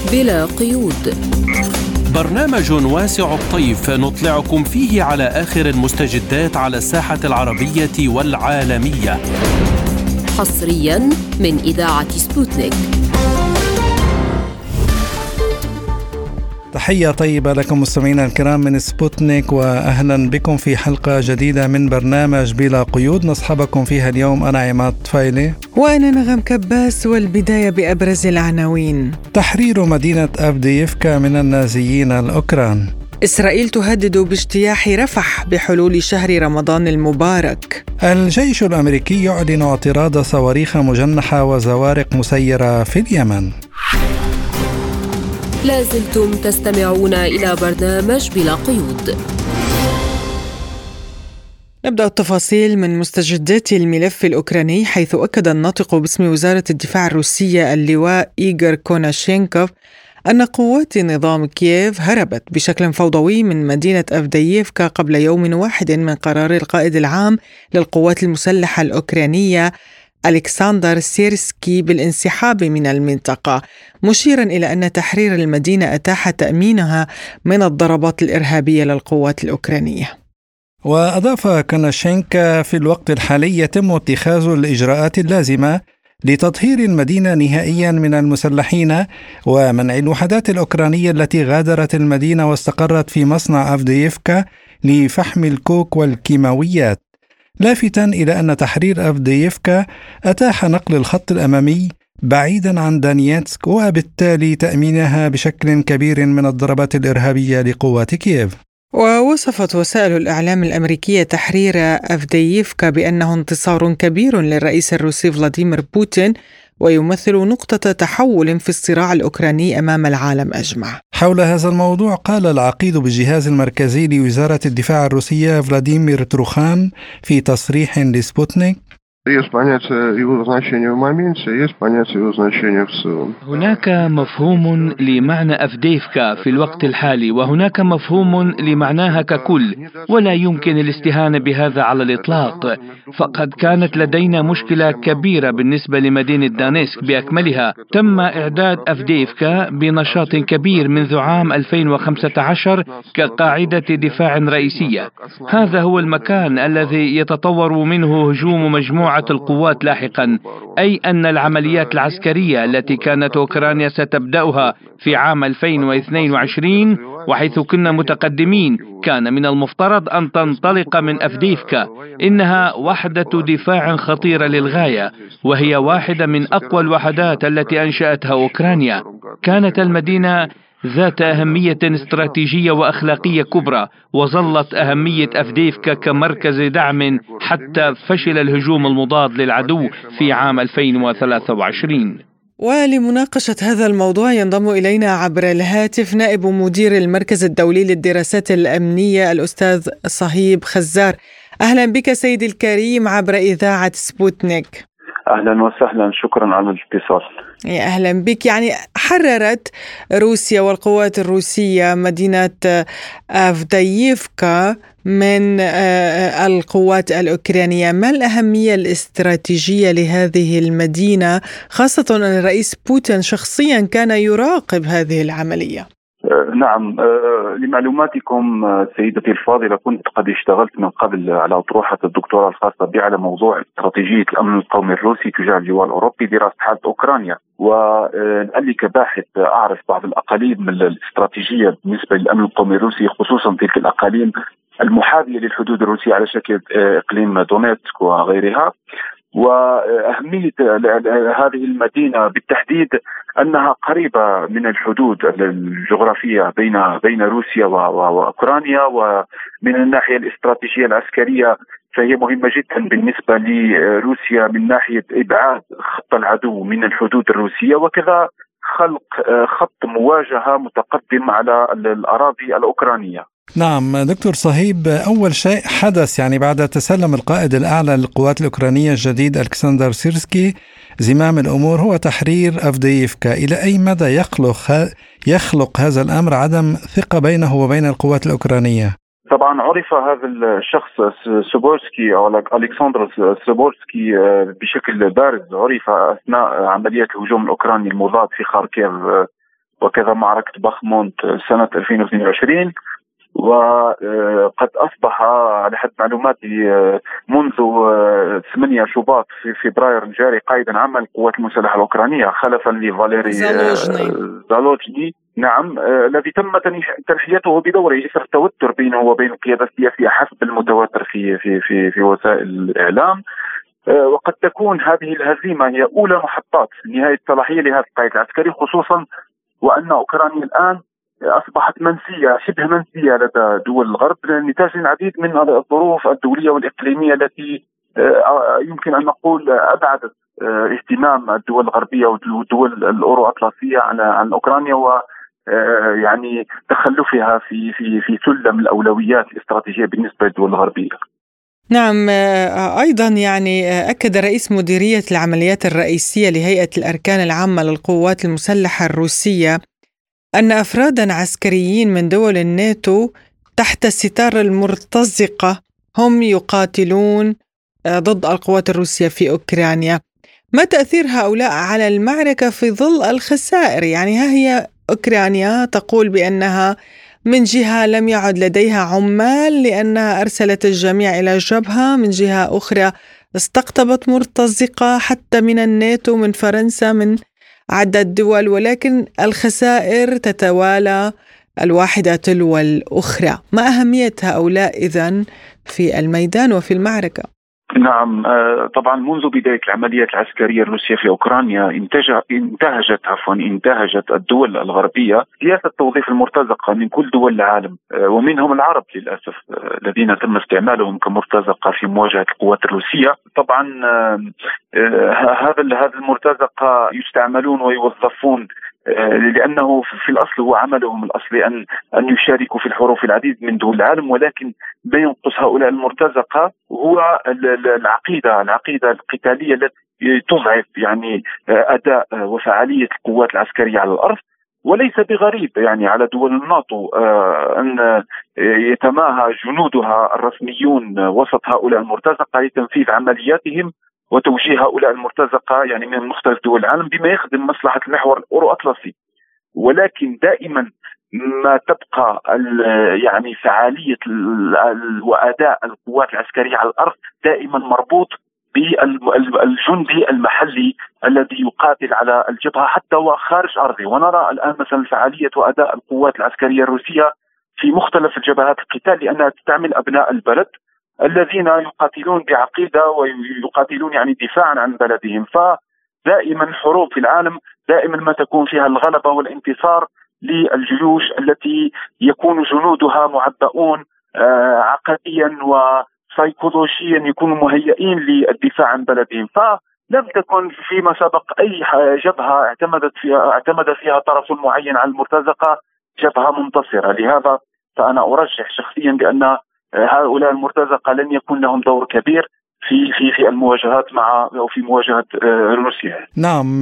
بلا قيود. برنامج واسع الطيف نطلعكم فيه على آخر المستجدات على الساحة العربية والعالمية، حصريا من إذاعة سبوتنيك. تحية طيبة لكم مستمعينا الكرام من سبوتنيك، وأهلا بكم في حلقة جديدة من برنامج بلا قيود نصحبكم فيها اليوم أنا عماد طفيلي وأنا نغم كباس. والبداية بأبرز العناوين. تحرير مدينة أفدييفكا من النازيين الأوكران. إسرائيل تهدد باجتياح رفح بحلول شهر رمضان المبارك. الجيش الأمريكي يعلن اعتراض صواريخ مجنحة وزوارق مسيرة في اليمن. لازلتم تستمعون إلى برنامج بلا قيود. نبدأ التفاصيل من مستجدات الملف الأوكراني، حيث أكد الناطق باسم وزارة الدفاع الروسية اللواء إيغور كوناشينكوف أن قوات نظام كييف هربت بشكل فوضوي من مدينة أفدييفكا قبل يوم واحد من قرار القائد العام للقوات المسلحة الأوكرانية ألكسندر سيرسكي بالانسحاب من المنطقة، مشيرا إلى أن تحرير المدينة أتاح تأمينها من الضربات الإرهابية للقوات الأوكرانية. وأضاف كوناشينكا في الوقت الحالي يتم اتخاذ الإجراءات اللازمة لتطهير المدينة نهائيا من المسلحين ومنع الوحدات الأوكرانية التي غادرت المدينة واستقرت في مصنع أفدييفكا لفحم الكوك والكيماويات، لافتا إلى أن تحرير أفدييفكا أتاح نقل الخط الأمامي بعيدا عن دانييتسك وبالتالي تأمينها بشكل كبير من الضربات الإرهابية لقوات كييف. ووصفت وسائل الإعلام الأمريكية تحرير أفدييفكا بأنه انتصار كبير للرئيس الروسي فلاديمير بوتين، ويمثل نقطة تحول في الصراع الأوكراني أمام العالم أجمع. حول هذا الموضوع قال العقيد بالجهاز المركزي لوزارة الدفاع الروسية فلاديمير تروخان في تصريح لسبوتنيك: هناك مفهوم لمعنى أفدييفكا في الوقت الحالي، وهناك مفهوم لمعناها ككل، ولا يمكن الاستهانة بهذا على الإطلاق. فقد كانت لدينا مشكلة كبيرة بالنسبة لمدينة دانيسك بأكملها. تم إعداد أفدييفكا بنشاط كبير منذ عام 2015 كقاعدة دفاع رئيسية. هذا هو المكان الذي يتطور منه هجوم مجموعة القوات لاحقا، أي أن العمليات العسكرية التي كانت أوكرانيا ستبدأها في عام 2022 وحيث كنا متقدمين كان من المفترض أن تنطلق من أفدييفكا. إنها وحدة دفاع خطيرة للغاية، وهي واحدة من أقوى الوحدات التي أنشأتها أوكرانيا. كانت المدينة ذات أهمية استراتيجية وأخلاقية كبرى، وظلت أهمية أفدييفكا كمركز دعم حتى فشل الهجوم المضاد للعدو في عام 2023. ولمناقشة هذا الموضوع ينضم إلينا عبر الهاتف نائب مدير المركز الدولي للدراسات الأمنية الأستاذ صهيب خزار. أهلا بك سيدي الكريم عبر إذاعة سبوتنيك. أهلا وسهلا، شكرا على الاتصال. أهلا بك. يعني حررت روسيا والقوات الروسية مدينة أفدييفكا من القوات الأوكرانية، ما الأهمية الاستراتيجية لهذه المدينة، خاصة أن الرئيس بوتين شخصيا كان يراقب هذه العملية؟ نعم، لمعلوماتكم سيدتي الفاضلة، كنت قد اشتغلت من قبل على أطروحة الدكتوراه الخاصة بي على موضوع استراتيجية الأمن القومي الروسي تجاه الجوار الأوروبي، دراسة حالة أوكرانيا. ولأني كباحث أعرف بعض الأقاليم من الاستراتيجية بالنسبة للأمن القومي الروسي، خصوصا تلك الأقاليم المحاذية للحدود الروسية على شكل إقليم دونيتسك وغيرها. وأهمية هذه المدينة بالتحديد أنها قريبة من الحدود الجغرافية بين روسيا وأوكرانيا، ومن الناحية الاستراتيجية العسكرية فهي مهمة جدا بالنسبة لروسيا من ناحية إبعاد خط العدو من الحدود الروسية، وكذا خلق خط مواجهة متقدم على الأراضي الأوكرانية. نعم دكتور صهيب، أول شيء حدث يعني بعد تسلم القائد الأعلى للقوات الأوكرانية الجديد ألكسندر سيرسكي زمام الأمور هو تحرير أفدييفكا. إلى أي مدى يخلق هذا الأمر عدم ثقة بينه وبين القوات الأوكرانية؟ طبعا عرف هذا الشخص سوبورسكي أو ألكسندر سوبورسكي بشكل بارز، عرف أثناء عملية الهجوم الأوكراني المضاد في خاركيف وكذا معركة بخمونت سنة 2022. وقد أصبح على حد معلوماتي منذ 8 شباط في فبراير الجاري قائدا عاما للقوات المسلحة الأوكرانية خلفا لفاليري زالوجني. نعم، الذي تم تنحيته بدوره إثر التوتر بينه وبين القيادة السياسية حسب المتواتر في وسائل الإعلام. وقد تكون هذه الهزيمة هي أولى محطات نهاية صلاحية لهذا القائد العسكري، خصوصا وأن أوكرانيا الآن أصبحت منسية شبه منسية لدى دول الغرب نتاج العديد من الظروف الدولية والإقليمية التي يمكن أن نقول أبعدت اهتمام الدول الغربية والدول الأورو أطلسية عن أوكرانيا، و يعني تخلفها في سلم الأولويات الاستراتيجية بالنسبة للدول الغربية. نعم، أيضا يعني أكد رئيس مديرية العمليات الرئيسية لهيئة الأركان العامة للقوات المسلحة الروسية أن أفرادا عسكريين من دول الناتو تحت الستار المرتزقة هم يقاتلون ضد القوات الروسية في أوكرانيا. ما تأثير هؤلاء على المعركة في ظل الخسائر؟ يعني ها هي أوكرانيا تقول بأنها من جهة لم يعد لديها عمال لأنها أرسلت الجميع إلى الجبهة، من جهة أخرى استقطبت مرتزقة حتى من الناتو، من فرنسا، من عدة دول، ولكن الخسائر تتوالى الواحدة تلو الأخرى. ما أهمية هؤلاء إذن في الميدان وفي المعركة؟ نعم، طبعا منذ بداية العمليات العسكرية الروسية في أوكرانيا انتهجت الدول الغربية سياسة توظيف المرتزقة من كل دول العالم، ومنهم العرب للأسف الذين تم استعمالهم كمرتزقة في مواجهة القوات الروسية. طبعا هذا المرتزقة يستعملون ويوظفون لأنه في الأصل هو عملهم الأصلي أن يشاركوا في الحروب في العديد من دول العالم، ولكن ما ينقص هؤلاء المرتزقة هو العقيدة القتالية التي تضعف يعني أداء وفعالية القوات العسكرية على الأرض. وليس بغريب يعني على دول الناتو أن يتماهى جنودها الرسميون وسط هؤلاء المرتزقة لتنفيذ عملياتهم وتوجيه هؤلاء المرتزقة يعني من مختلف دول العالم بما يخدم مصلحة المحور الأورو أطلسي. ولكن دائما ما تبقى يعني فعالية وأداء القوات العسكرية على الأرض دائما مربوط بالجندي المحلي الذي يقاتل على الجبهة حتى وخارج أرضه. ونرى الآن مثلا فعالية وأداء القوات العسكرية الروسية في مختلف الجبهات القتال لأنها تستعمل أبناء البلد الذين يقاتلون بعقيدة ويقاتلون يعني دفاعا عن بلدهم. فدائما حروب في العالم دائما ما تكون فيها الغلبة والانتصار للجيوش التي يكون جنودها معبئون عقديا وسيكولوجيا، يكونوا مهيئين للدفاع عن بلدهم. فلم تكن فيما سبق أي جبهة اعتمد فيها طرف معين على المرتزقة جبهة منتصرة. لهذا فأنا أرجح شخصيا بأن هؤلاء المرتزقة لن يكون لهم دور كبير في المواجهات أو في مواجهة روسيا. نعم،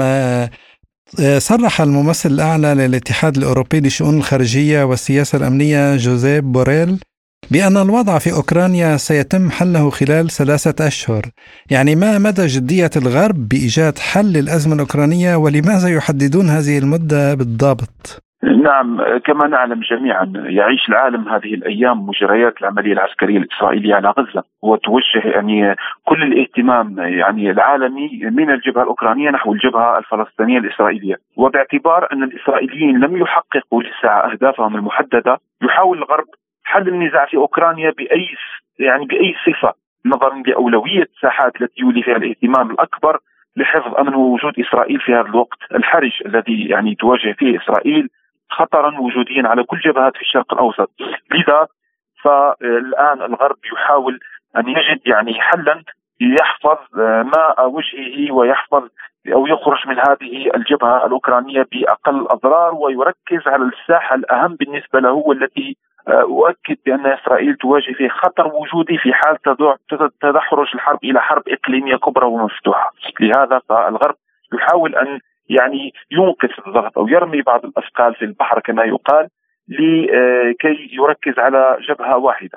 صرح الممثل الأعلى للاتحاد الأوروبي لشؤون الخارجية والسياسة الأمنية جوزيب بوريل بأن الوضع في أوكرانيا سيتم حله خلال 3 أشهر. يعني ما مدى جدية الغرب بإيجاد حل للأزمة الأوكرانية ولماذا يحددون هذه المدة بالضبط؟ نعم، كما نعلم جميعا يعيش العالم هذه الأيام مجريات العملية العسكرية الإسرائيلية على غزة، وتوجه يعني كل الاهتمام يعني العالمي من الجبهة الأوكرانية نحو الجبهة الفلسطينية الإسرائيلية. وباعتبار أن الإسرائيليين لم يحققوا لسه أهدافهم المحددة، يحاول الغرب حل النزاع في أوكرانيا بأي صفة، نظرا لأولوية الساحات التي يولي فيها الاهتمام الأكبر لحفظ أمن ووجود إسرائيل في هذا الوقت الحرج الذي يعني تواجه فيه إسرائيل خطرا وجوديا على كل جبهات في الشرق الأوسط. لذا فالآن الغرب يحاول أن يجد يعني حلا يحفظ ماء وجهه ويحفظ أو يخرج من هذه الجبهة الأوكرانية بأقل أضرار، ويركز على الساحة الأهم بالنسبة له والتي أؤكد بأن إسرائيل تواجه فيه خطر وجودي في حال تدحرج الحرب إلى حرب إقليمية كبرى ومفتوحة. لهذا فالغرب يحاول أن يعني ينقص الضغط أو يرمي بعض الأثقال في البحر كما يقال لكي يركز على جبهة واحدة.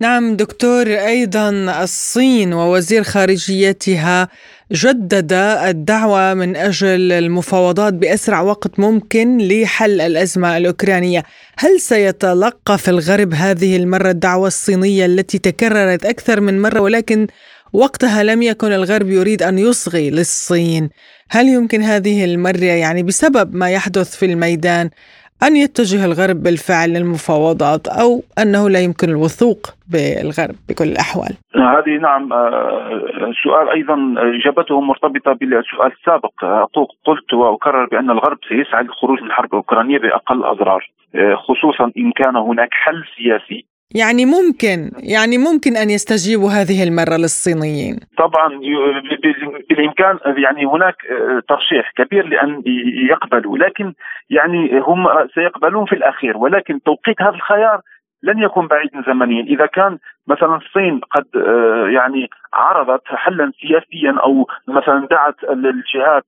نعم دكتور، أيضا الصين ووزير خارجيتها جدد الدعوة من أجل المفاوضات بأسرع وقت ممكن لحل الأزمة الأوكرانية. هل سيتلقف الغرب هذه المرة الدعوة الصينية التي تكررت أكثر من مرة، ولكن وقتها لم يكن الغرب يريد أن يصغي للصين؟ هل يمكن هذه المرة يعني بسبب ما يحدث في الميدان أن يتجه الغرب بالفعل للمفاوضات، أو أنه لا يمكن الوثوق بالغرب بكل الأحوال؟ هذه نعم سؤال أيضا إجابته مرتبطة بالسؤال السابق. قلت وأكرر بأن الغرب سيسعى للخروج من الحرب الأوكرانية بأقل أضرار، خصوصا إن كان هناك حل سياسي. يعني ممكن أن يستجيبوا هذه المرة للصينيين. طبعا بالإمكان، يعني هناك ترشيح كبير لأن يقبلوا، لكن يعني هم سيقبلون في الأخير، ولكن توقيت هذا الخيار لن يكون بعيدا زمنيا. إذا كان مثلا الصين قد يعني عرضت حلا سياسيا، أو مثلا دعت الجهات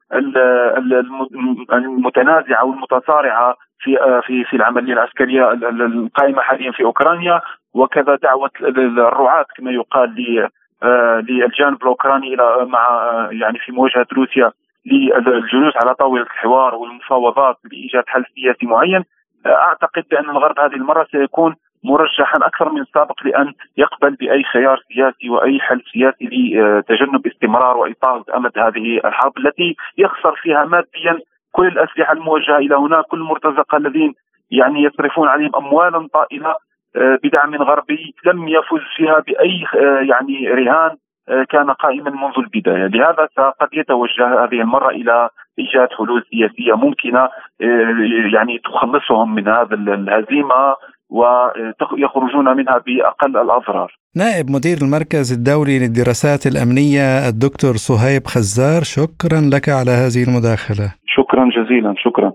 المتنازعة والمتصارعة في العملية العسكرية القائمة حاليا في أوكرانيا، وكذا دعوة الرعاة كما يقال للجانب الأوكراني إلى مع يعني في مواجهة روسيا للجلوس على طاولة الحوار والمفاوضات لإيجاد حل سياسي معين. أعتقد بأن الغرب هذه المرة سيكون مرشحا أكثر من سابق لأن يقبل بأي خيار سياسي وأي حل سياسي لتجنب استمرار وإطالة أمد هذه الحرب التي يخسر فيها ماديا كل الأسلحة الموجهة إلى هناك، كل المرتزقة الذين يعني يصرفون عليهم أموالا طائلة بدعم غربي لم يفز فيها بأي يعني رهان كان قائما منذ البداية. لهذا قد يتوجه هذه المرة إلى إيجاد حلول سياسية ممكنة يعني تخلصهم من هذا الهزيمة ويخرجون منها بأقل الأضرار. نائب مدير المركز الدولي للدراسات الأمنية الدكتور صهيب خزار، شكرا لك على هذه المداخلة. شكرا جزيلا. شكرا.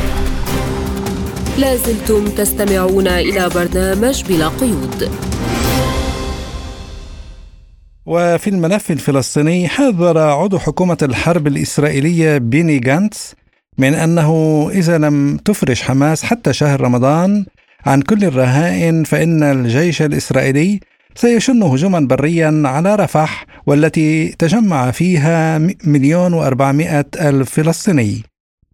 لازلتم تستمعون إلى برنامج بلا قيود. وفي الملف الفلسطيني، حذر عضو حكومة الحرب الإسرائيلية بيني غانتس من أنه إذا لم تفرج حماس حتى شهر رمضان عن كل الرهائن فإن الجيش الإسرائيلي سيشن هجوما بريا على رفح، والتي تجمع فيها 1,400,000 فلسطيني.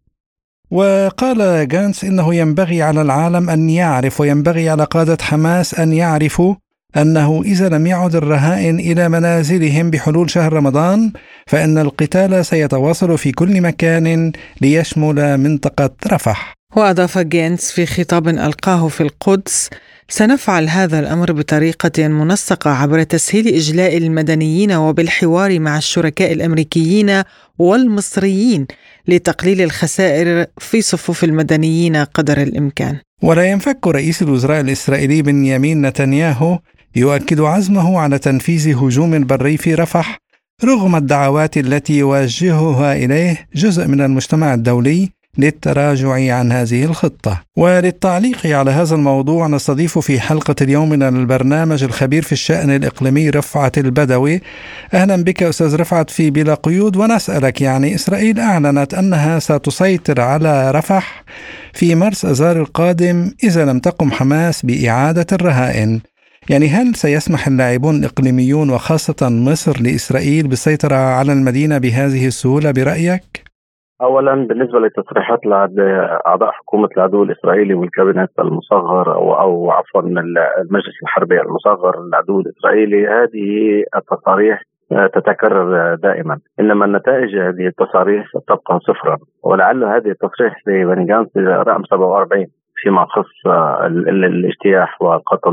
وقال غانتس إنه ينبغي على العالم أن يعرف، وينبغي على قادة حماس أن يعرفوا أنه إذا لم يعد الرهائن إلى منازلهم بحلول شهر رمضان فإن القتال سيتواصل في كل مكان ليشمل منطقة رفح. وأضاف غانتس في خطاب ألقاه في القدس: سنفعل هذا الأمر بطريقة منسقة عبر تسهيل إجلاء المدنيين وبالحوار مع الشركاء الأمريكيين والمصريين لتقليل الخسائر في صفوف المدنيين قدر الإمكان. ولا ينفك رئيس الوزراء الإسرائيلي بنيامين نتنياهو يؤكد عزمه على تنفيذ هجوم بري في رفح رغم الدعوات التي يوجهها إليه جزء من المجتمع الدولي للتراجع عن هذه الخطة. وللتعليق على هذا الموضوع نستضيف في حلقة اليوم من البرنامج الخبير في الشأن الإقليمي رفعت البدوي. أهلا بك أستاذ رفعت في بلا قيود. ونسألك، يعني إسرائيل أعلنت أنها ستسيطر على رفح في مارس أذار القادم إذا لم تقم حماس بإعادة الرهائن، يعني هل سيسمح اللاعبون الإقليميون وخاصة مصر لإسرائيل بالسيطرة على المدينة بهذه السهولة برأيك؟ أولا بالنسبة لتصريحات أعضاء حكومة العدو الإسرائيلي والكابينت المصغر أو عفوا المجلس الحربي المصغر للعدو الإسرائيلي، هذه التصاريح تتكرر دائما، إنما النتائج هذه التصاريح ستبقى صفرا. ولعل هذه التصريح لبني غانتس رقم 47 فيما يخص الاجتياح والقتل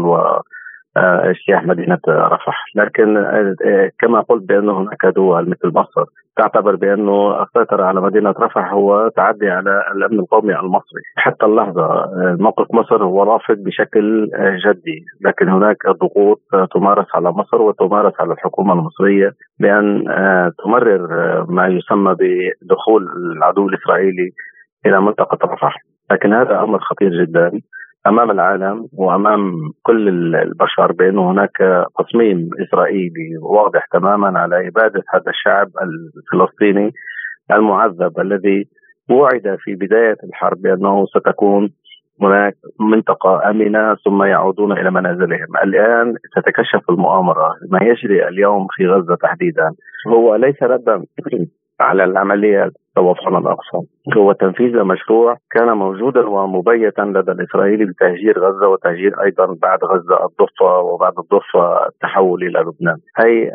واجتياح مدينة رفح. لكن كما قلت بأنه هناك دول مثل مصر تعتبر بأنه السيطرة على مدينة رفح هو تعدي على الأمن القومي المصري. حتى اللحظة موقف مصر هو رافض بشكل جدي، لكن هناك ضغوط تمارس على مصر وتمارس على الحكومة المصرية بأن تمرر ما يسمى بدخول العدو الإسرائيلي إلى منطقة رفح. لكن هذا أمر خطير جدا أمام العالم وأمام كل البشر، بأنه هناك تصميم إسرائيلي واضح تماما على إبادة هذا الشعب الفلسطيني المعذب الذي وعد في بداية الحرب بأنه ستكون هناك منطقة آمنة ثم يعودون إلى منازلهم. الآن تتكشف المؤامرة. ما يجري اليوم في غزة تحديدا هو ليس ردا على العملية توفر الأقصى، هو تنفيذ لمشروع كان موجودا ومبيتا لدى الإسرائيلي بتهجير غزة وتهجير أيضا بعد غزة الضفة، وبعد الضفة التحول إلى لبنان. هي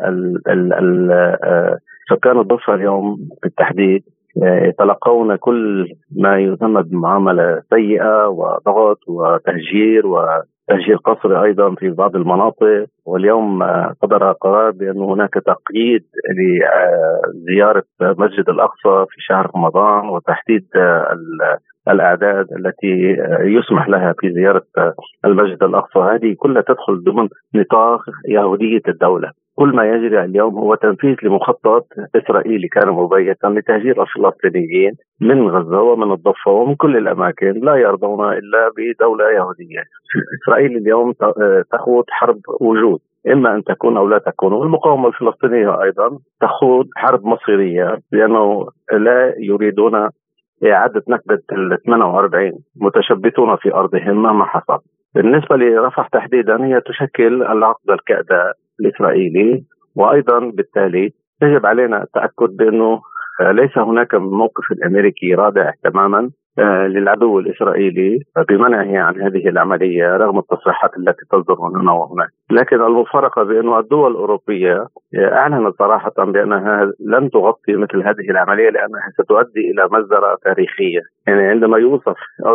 سكان الضفة اليوم بالتحديد يتلقون كل ما يسمى بمعاملة سيئة وضغط وتهجير قسري أيضا في بعض المناطق. واليوم صدر قرار بأن هناك تقييد لزيارة مسجد الأقصى في شهر رمضان وتحديد الأعداد التي يسمح لها في زيارة المسجد الأقصى. هذه كلها تدخل ضمن نطاق يهودية الدولة. كل ما يجري اليوم هو تنفيذ لمخطط إسرائيلي كان مبيتا لتهجير الفلسطينيين من غزة ومن الضفة ومن كل الأماكن لا يرضون إلا بدولة يهودية. إسرائيل اليوم تخوض حرب وجود، إما أن تكون أو لا تكون. والمقاومة الفلسطينية أيضا تخوض حرب مصيرية لأنه لا يريدون إعادة نكبة 48 متشبثون في أرضهم مهما حصل. بالنسبة لرفح تحديدا هي تشكل العقد الكأداء الإسرائيلي، وأيضا بالتالي يجب علينا التأكد بأنه ليس هناك موقف الأمريكي رادع تماما للعدو الإسرائيلي بمنعه عن هذه العملية رغم التصريحات التي تصدر من هنا وهناك. لكن المفارقة بأن الدول الأوروبية أعلنت صراحة بأنها لن تغطي مثل هذه العملية لأنها ستؤدي إلى مزرعة تاريخية. يعني عندما يوصف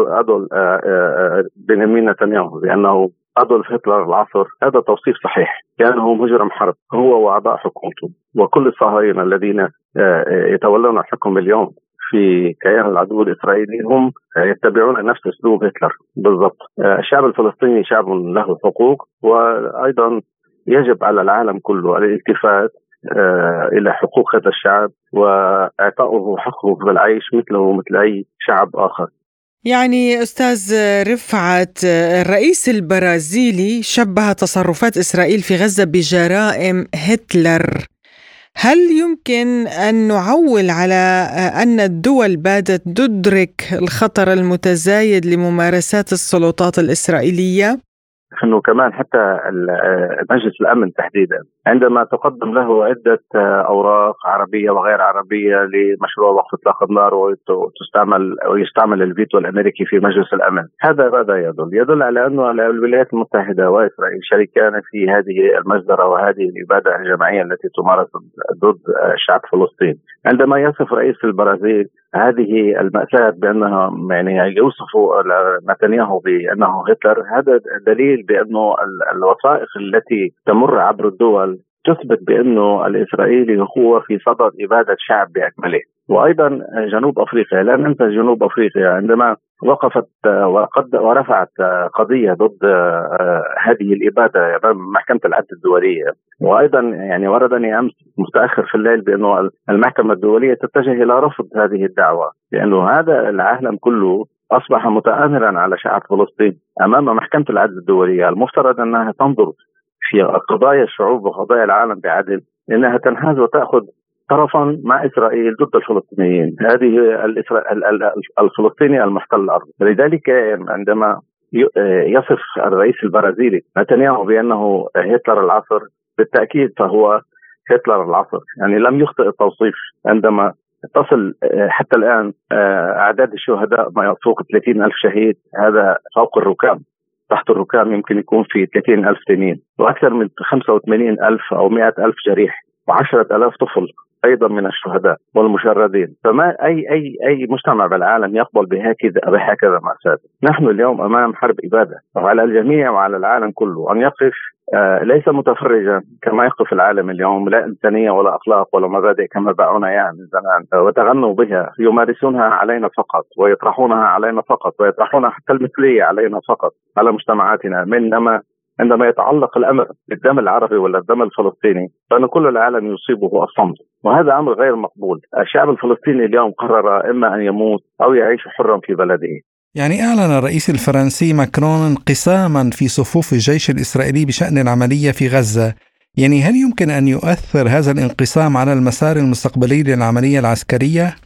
بنيامين نتنياهو بأنه أدولف هتلر العصر، هذا توصيف صحيح، كأنه مجرم حرب هو وأعضاء حكومته وكل الصهاينة الذين يتولون الحكم اليوم في كيان العدو الإسرائيلي هم يتبعون نفس أسلوب هتلر بالضبط. الشعب الفلسطيني شعب له حقوق، وأيضا يجب على العالم كله الالتفات إلى حقوق هذا الشعب وإعطائه حقه بالعيش مثله مثل أي شعب آخر. يعني أستاذ رفعت، الرئيس البرازيلي شبه تصرفات إسرائيل في غزة بجرائم هتلر. هل يمكن أن نعول على أن الدول باتت تدرك الخطر المتزايد لممارسات السلطات الإسرائيلية؟ أنه كمان حتى مجلس الأمن تحديدا عندما تقدم له عدة أوراق عربية وغير عربية لمشروع وقف إطلاق النار ويستعمل الفيتو الأمريكي في مجلس الأمن، ماذا يدل على أنه الولايات المتحدة وإسرائيل شريكان في هذه المجزرة وهذه الإبادة الجماعية التي تمارس ضد شعب فلسطين. عندما يصف رئيس البرازيل هذه المأساة بأنها يعني يوصف نتنياهو بأنه هتلر، هذا دليل بأنه الوثائق التي تمر عبر الدول تثبت بأنه الإسرائيلي هو في صدد إبادة شعب بأكمله. وأيضا جنوب أفريقيا، لا ننسى جنوب أفريقيا عندما وقفت ورفعت قضية ضد هذه الإبادة أمام محكمة العدل الدولية. وأيضا يعني وردني أمس متأخر في الليل بأنه المحكمة الدولية تتجه إلى رفض هذه الدعوة، لأنه هذا العالم كله أصبح متآمرا على شعب فلسطين أمام محكمة العدل الدولية. المفترض أنها تنظر في قضايا الشعوب وقضايا العالم بعدل، لأنها تنحاز وتأخذ طرفا مع إسرائيل ضد الفلسطينيين. هذه الفلسطيني المحتل الأرض. لذلك عندما يصف الرئيس البرازيلي نتنياهو بأنه هتلر العصر، بالتأكيد فهو هتلر العصر. يعني لم يخطئ التوصيف عندما تصل حتى الآن أعداد الشهداء ما يفوق 30,000 شهيد، هذا فوق الركام. تحت الركام يمكن يكون في 30,000 تنين، وأكثر من 85,000 أو 100,000 جريح، و10,000 طفل أيضا من الشهداء والمشردين. فما أي مجتمع بالعالم يقبل بهكذا مأساة. نحن اليوم أمام حرب إبادة، وعلى الجميع وعلى العالم كله أن يقف ليس متفرجا كما يقف العالم اليوم، لا إنسانية ولا أخلاق ولا مبادئ كما باعونا يعني زمان وتغنوا بها، يمارسونها علينا فقط ويطرحونها علينا فقط ويطرحونها حتى المثلية علينا فقط على مجتمعاتنا. عندما يتعلق الأمر بالدم العربي ولا الدم الفلسطيني فإن كل العالم يصيبه الصمت، وهذا أمر غير مقبول. الشعب الفلسطيني اليوم قرر إما أن يموت أو يعيش حرا في بلده. يعني أعلن الرئيس الفرنسي ماكرون انقساما في صفوف الجيش الإسرائيلي بشأن العملية في غزة. يعني هل يمكن أن يؤثر هذا الانقسام على المسار المستقبلي للعملية العسكرية؟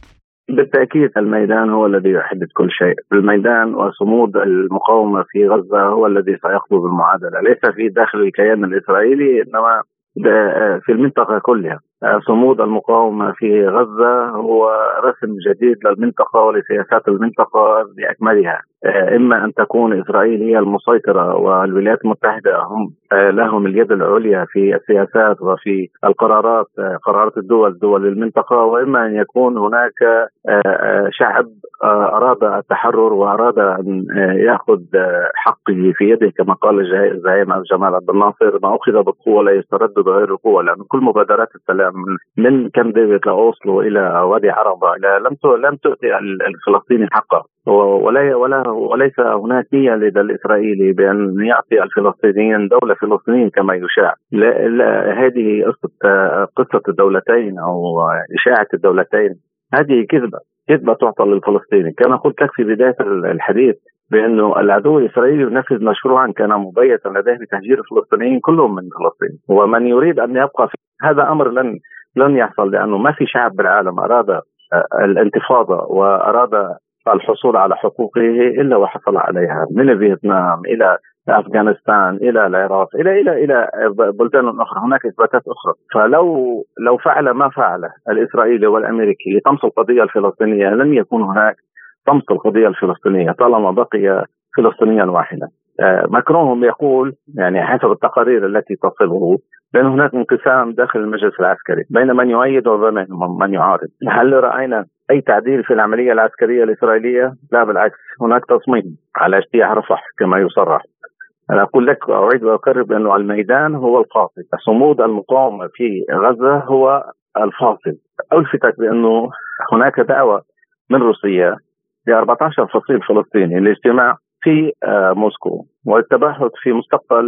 بالتأكيد الميدان هو الذي يحدد كل شيء. الميدان وصمود المقاومة في غزة هو الذي سيقضي بالمعادلة، ليس في داخل الكيان الإسرائيلي إنما في المنطقة كلها. صمود المقاومة في غزة هو رسم جديد للمنطقة ولسياسات المنطقة بأكملها. إما أن تكون إسرائيل هي المسيطرة والولايات المتحدة هم لهم اليد العليا في السياسات وفي القرارات، قرارات دول المنطقة، وإما أن يكون هناك شعب أراد التحرر وأراد أن يأخذ حقه في يده كما قال الزعيم جمال عبد الناصر: ما أخذ بالقوة لا يسترد بغير القوة. لأن كل مبادرات السلام من كامب ديفيد لأوسلو إلى وادي عربة لم تؤتي الفلسطيني حقه، وليس هناك نية لدى الإسرائيلي بأن يعطي الفلسطينيين دولة فلسطينية كما يشاع. لا هذه قصة الدولتين أو إشاعة الدولتين، هذه كذبة تعطى للفلسطيني. كما قلت لك في بداية الحديث بأنه العدو الإسرائيلي ينفذ مشروعا كان مبيتا لديه بتهجير الفلسطينيين كلهم من فلسطين، ومن يريد أن يبقى في هذا أمر لن يحصل، لأنه ما في شعب بالعالم أراد الانتفاضة وأراد الحصول على حقوقه إلا وحصل عليها، من فيتنام إلى أفغانستان إلى العراق إلى بلدان أخرى. هناك إثباتات أخرى. فلو فعل ما فعله الإسرائيلي والأمريكي لطمس القضية الفلسطينية لن يكون هناك طمس القضية الفلسطينية طالما بقي فلسطينيا واحدا. ماكرون يقول يعني حسب التقارير التي تصله بأن هناك انقسام داخل المجلس العسكري بين من يؤيد وبين من يعارض. هل رأينا أي تعديل في العملية العسكرية الإسرائيلية؟ لا، بالعكس، هناك تصميم على اجتياح رفح كما يصرح. أنا أقول لك أعيد وأكرر بأنه الميدان هو الفاصل، صمود المقاومة في غزة هو الفاصل. ألفتك بأنه هناك دعوة من روسيا ل 14 فصيل فلسطيني للاجتماع في موسكو والتباحث في مستقبل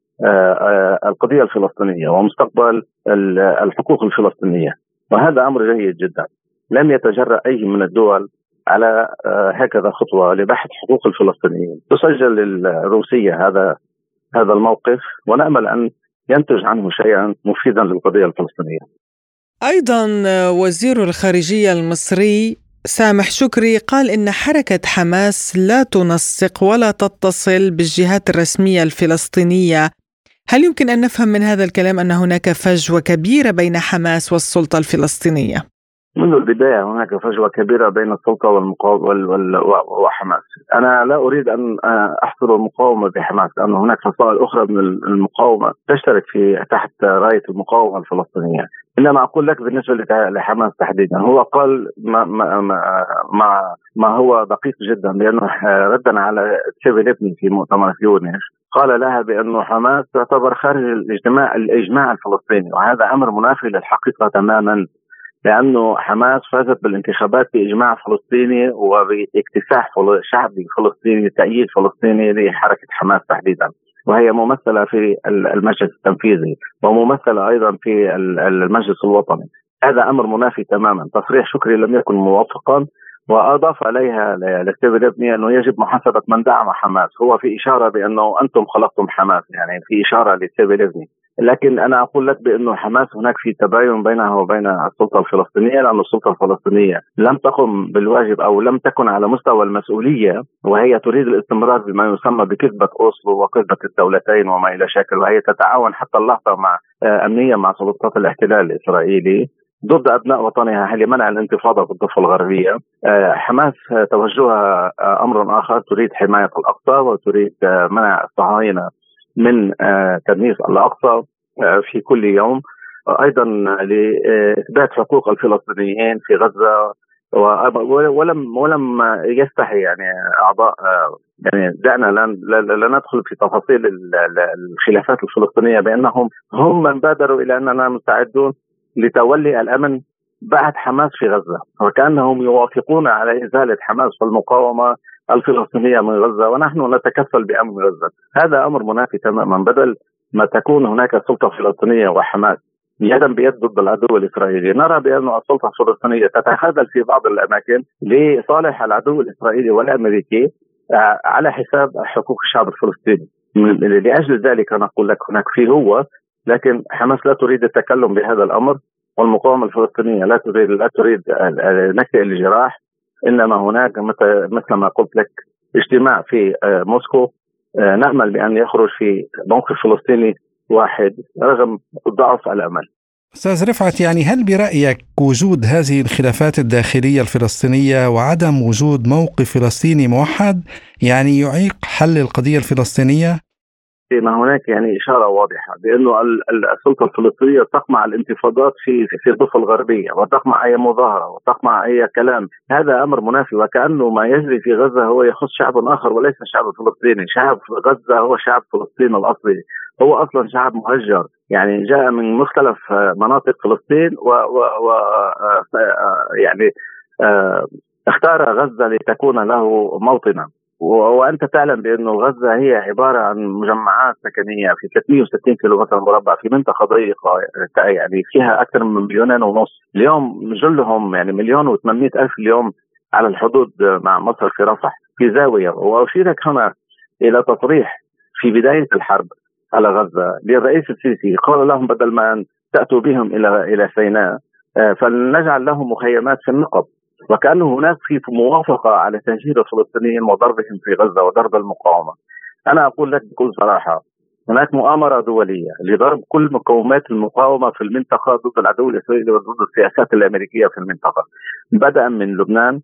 القضية الفلسطينية ومستقبل الحقوق الفلسطينية، وهذا أمر جيد جدا. لم يتجرأ أي من الدول على هكذا خطوة لبحث حقوق الفلسطينيين. تسجل الروسية هذا الموقف، ونأمل أن ينتج عنه شيئا مفيدا للقضية الفلسطينية. أيضا وزير الخارجية المصري سامح شكري قال إن حركة حماس لا تنسق ولا تتصل بالجهات الرسمية الفلسطينية. هل يمكن أن نفهم من هذا الكلام أن هناك فجوة كبيرة بين حماس والسلطة الفلسطينية؟ منذ البداية هناك فجوة كبيرة بين السلطة وحماس. أنا لا أريد أن أحصر المقاومة بحماس، لأن هناك فصائل أخرى من المقاومة تشترك تحت راية المقاومة الفلسطينية. إنما أقول لك بالنسبة لحماس تحديدا، هو قال ما هو دقيق جدا، بأنه ردا على تشيفي ليبني في مؤتمر يونيو قال لها بأنه حماس تعتبر خارج الإجماع الفلسطيني، وهذا أمر منافي للحقيقة تماما، لأنه حماس فازت بالانتخابات بإجماع فلسطيني وباكتساح شعبي فلسطيني، تأييد فلسطيني لحركة حماس تحديدا، وهي ممثلة في المجلس التنفيذي وممثلة أيضا في المجلس الوطني. هذا أمر منافي تماما. تصريح شكري لم يكن موافقا، وأضاف عليها لتشيفي ليبني أنه يجب محاسبة من دعم حماس. هو في إشارة بأنه أنتم خلقتم حماس، يعني في إشارة لتشيفي ليبني. لكن أنا أقول لك بأنه حماس هناك في تباين بينها وبين السلطة الفلسطينية، لأن السلطة الفلسطينية لم تقم بالواجب أو لم تكن على مستوى المسؤولية، وهي تريد الاستمرار بما يسمى بكذبة أوسلو وكذبة الدولتين وما إلى شكل، وهي تتعاون حتى اللحظة مع أمنيا مع سلطات الاحتلال الإسرائيلي ضد أبناء وطنها لمنع الانتفاضة بالضفة الغربية. حماس توجهها أمر آخر، تريد حماية الأقصى وتريد منع الصهاينة من تدنيس الأقصى في كل يوم، أيضا لإثبات حقوق الفلسطينيين في غزة. ولم يستحي يعني أعضاء، يعني دعنا لا ندخل في تفاصيل الخلافات الفلسطينية، بأنهم هم من بادروا إلى أننا مستعدون لتولي الأمن بعد حماس في غزة، وكأنهم يوافقون على إزالة حماس والمقاومة الفلسطينية من غزة، ونحن نتكفل بأمن غزة. هذا أمر منافي تماما. بدل ما تكون هناك سلطة فلسطينية وحماس يدا بيد ضد العدو الإسرائيلي، نرى بأن السلطة الفلسطينية تتخاذل في بعض الأماكن لصالح العدو الإسرائيلي والأمريكي على حساب حقوق الشعب الفلسطيني. لأجل ذلك أنا أقول لك هناك في هو، لكن حماس لا تريد التكلم بهذا الأمر، والمقاومة الفلسطينية لا تريد نكئ الجراح، إنما هناك مثل ما قلت لك اجتماع في موسكو، نأمل بأن يخرج في موقف فلسطيني واحد رغم ضعف الأمل. أستاذ رفعت، يعني هل برأيك وجود هذه الخلافات الداخلية الفلسطينية وعدم وجود موقف فلسطيني موحد يعني يعيق حل القضية الفلسطينية؟ ما هناك يعني إشارة واضحة بأنه السلطة الفلسطينية تقمع الانتفاضات في الضفة الغربية، وتقمع أي مظاهرة وتقمع أي كلام. هذا أمر منافي، وكأنه ما يجري في غزة هو يخص شعب آخر وليس الشعب الفلسطيني. شعب غزة هو شعب فلسطين الأصلي، هو أصلا شعب مهجر، يعني جاء من مختلف مناطق فلسطين يعني اختار غزة لتكون له موطنا. وأنت تعلم بأنه غزة هي عبارة عن مجمعات سكنية في 360 كيلومتر مربع في منطقة ضيقة، يعني فيها أكثر من 2.5 مليون. اليوم جلهم يعني 1,800,000 اليوم على الحدود مع مصر في رفح في زاوية. وأشيرك هنا إلى تصريح في بداية الحرب على غزة للرئيس السيسي، قال لهم بدل ما أن تأتوا بهم إلى سيناء فلنجعل لهم مخيمات في النقب. وكأنه هناك في موافقة على تهجير الفلسطينيين وضربهم في غزة وضرب المقاومة. أنا أقول لك بكل صراحة هناك مؤامرة دولية لضرب كل مقومات المقاومة في المنطقة ضد العدو الإسرائيلي وضد السياسات الأمريكية في المنطقة، بدءا من لبنان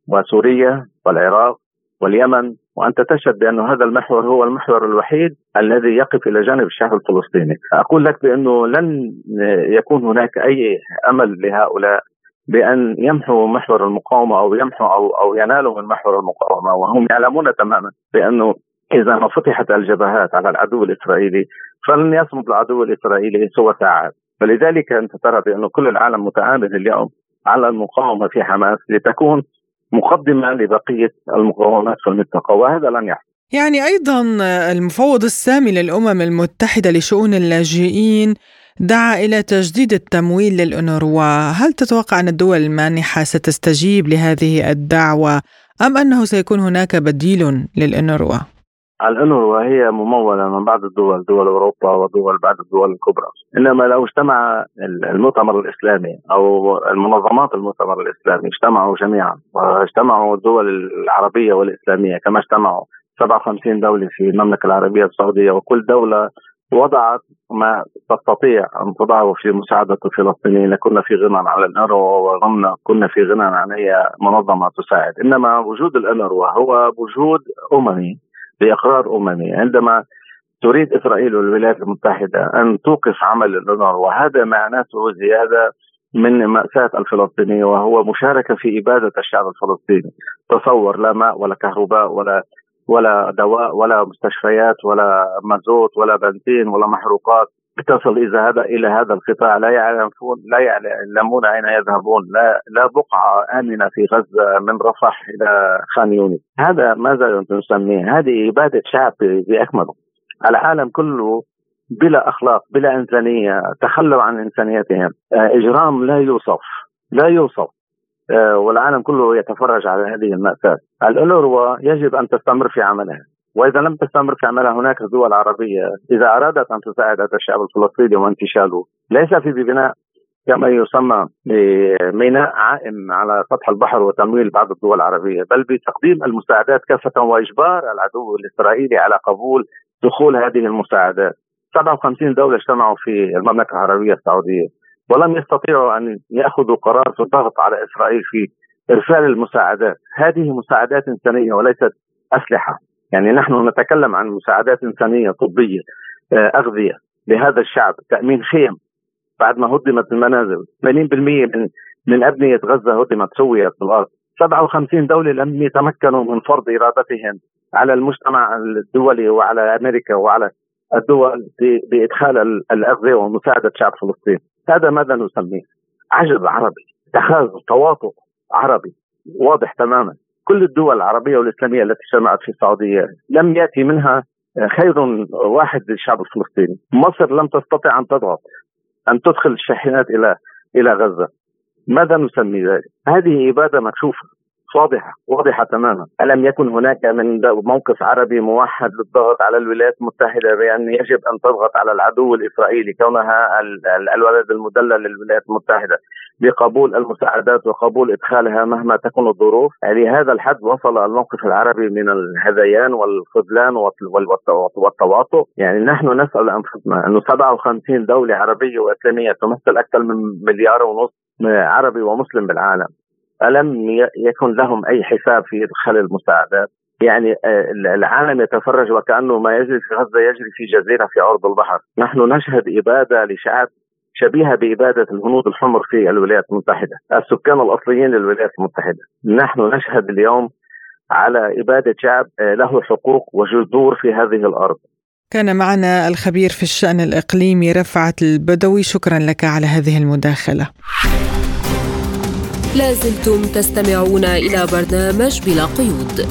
وسوريا والعراق واليمن. وأنت تشهد بأن هذا المحور هو المحور الوحيد الذي يقف إلى جانب الشعب الفلسطيني. أقول لك بأنه لن يكون هناك أي أمل لهؤلاء بأن يمحوا محور المقاومة أو يمحوا أو ينالوا من محور المقاومة، وهم يعلمون تماما بأنه إذا ما فتحت الجبهات على العدو الإسرائيلي فلن يصمد العدو الإسرائيلي سوى ساعات. فلذلك أنت ترى بأنه كل العالم متعامل اليوم على المقاومة في حماس لتكون مقدمة لبقية المقاومات في المنطقة، وهذا لن يحصل. يعني أيضا المفوض السامي للأمم المتحدة لشؤون اللاجئين دعا إلى تجديد التمويل للأونروا. هل تتوقع أن الدول المانحة ستستجيب لهذه الدعوة أم أنه سيكون هناك بديل للأونروا؟ الأونروا هي ممولة من بعض الدول، دول أوروبا ودول بعض الدول الكبرى. إنما لو اجتمع المؤتمر الإسلامي أو المنظمات المؤتمر الإسلامي اجتمعوا جميعا، واجتمعوا الدول العربية والإسلامية كما اجتمعوا 57 دولة في المملكة العربية السعودية، وكل دولة وضعت ما تستطيع أن تضعه في مساعدة الفلسطينيين، كنا في غنى عن الأونروا وكنا في غنى عن أي منظمة تساعد. إنما وجود الأونروا هو وجود أممي بإقرار أممي. عندما تريد إسرائيل والولايات المتحدة أن توقف عمل الأونروا، وهذا معناته زيادة من مأساة الفلسطينيين، وهو مشاركة في إبادة الشعب الفلسطيني. تصور لا ماء ولا كهرباء ولا دواء ولا مستشفيات ولا مازوت ولا بنزين ولا محروقات بتصل إلى هذا القطاع. لا يعلمون أين يذهبون. لا بقعة آمنة في غزة من رفح إلى خان يونس. هذا ماذا نسميه؟ هذه إبادة شعب بأكمله. العالم كله بلا أخلاق بلا إنسانية، تخلوا عن إنسانيتهم، إجرام لا يوصف. والعالم كله يتفرج على هذه المأساة. الأونروا يجب أن تستمر في عملها، وإذا لم تستمر في عملها هناك دول عربية إذا أرادت أن تساعد هذا الشعب الفلسطيني وانتشاله، ليس في بناء كما يسمى ميناء عائم على سطح البحر وتمويل بعض الدول العربية، بل بتقديم المساعدات كافة وإجبار العدو الإسرائيلي على قبول دخول هذه المساعدات. 57 دولة اجتمعوا في المملكة العربية السعودية ولم يستطيعوا أن يأخذوا قرار في الضغط على إسرائيل في إرسال المساعدات. هذه مساعدات إنسانية وليست أسلحة. يعني نحن نتكلم عن مساعدات إنسانية طبية، أغذية لهذا الشعب، تأمين خيم بعد ما هدمت المنازل. 80% من أبنية غزة هدمت سويت بالأرض. 57 دولة لم يتمكنوا من فرض إرادتهم على المجتمع الدولي وعلى أمريكا وعلى الدول بإدخال الأغذية ومساعدة شعب فلسطين. هذا ماذا نسميه؟ عجز عربي، تواطؤ عربي واضح تماما. كل الدول العربية والإسلامية التي اجتمعت في السعودية لم يأتي منها خير واحد للشعب الفلسطيني. مصر لم تستطع أن تضغط أن تدخل الشاحنات إلى غزة. ماذا نسمي ذلك؟ هذه إبادة مكشوفة واضحة تماما. ألم يكن هناك من موقف عربي موحد للضغط على الولايات المتحدة بأن يجب أن تضغط على العدو الإسرائيلي كونها الولد المدلل للولايات المتحدة بقبول المساعدات وقبول إدخالها مهما تكون الظروف؟ لهذا الحد وصل الموقف العربي من الهذيان والخذلان والتواطؤ. يعني نحن نسأل أنفسنا أنه 57 دولة عربية وإسلامية تمثل أكثر من 1.5 مليار عربي ومسلم بالعالم، ألم يكن لهم أي حساب في إدخال المساعدات؟ يعني العالم يتفرج وكأنه ما يجري في غزة يجري في جزيرة في عرض البحر. نحن نشهد إبادة لشعب شبيهة بإبادة الهنود الحمر في الولايات المتحدة، السكان الأصليين للولايات المتحدة. نحن نشهد اليوم على إبادة شعب له حقوق وجذور في هذه الأرض. كان معنا الخبير في الشأن الإقليمي رفعت البدوي، شكرا لك على هذه المداخلة. لازلتم تستمعون إلى برنامج بلا قيود.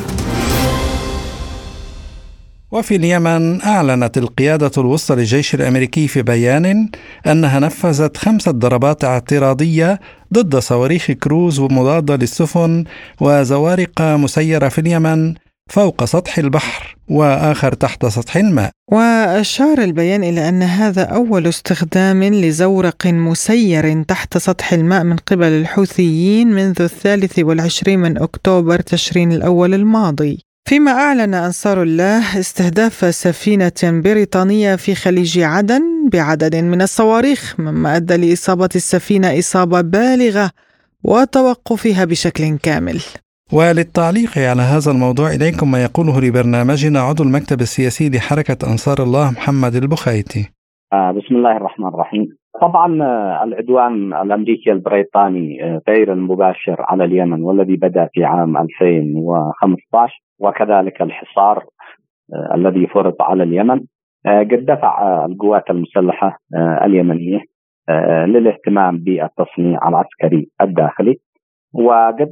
وفي اليمن أعلنت القيادة الوسطى للجيش الأمريكي في بيان أنها نفذت 5 ضربات اعتراضية ضد صواريخ كروز ومضادة للسفن وزوارق مسيرة في اليمن فوق سطح البحر وآخر تحت سطح الماء. وأشار البيان إلى أن هذا أول استخدام لزورق مسير تحت سطح الماء من قبل الحوثيين منذ 23 من أكتوبر تشرين الأول الماضي، فيما أعلن أنصار الله استهداف سفينة بريطانية في خليج عدن بعدد من الصواريخ، مما أدى لإصابة السفينة إصابة بالغة وتوقفها بشكل كامل. وللتعليق على هذا الموضوع إليكم ما يقوله لبرنامجنا عضو المكتب السياسي لحركة أنصار الله محمد البخيتي. بسم الله الرحمن الرحيم. طبعا العدوان الأمريكي البريطاني غير المباشر على اليمن والذي بدأ في عام 2015 وكذلك الحصار الذي فرض على اليمن قد دفع القوات المسلحة اليمنية للاهتمام بالتصنيع العسكري الداخلي، وقد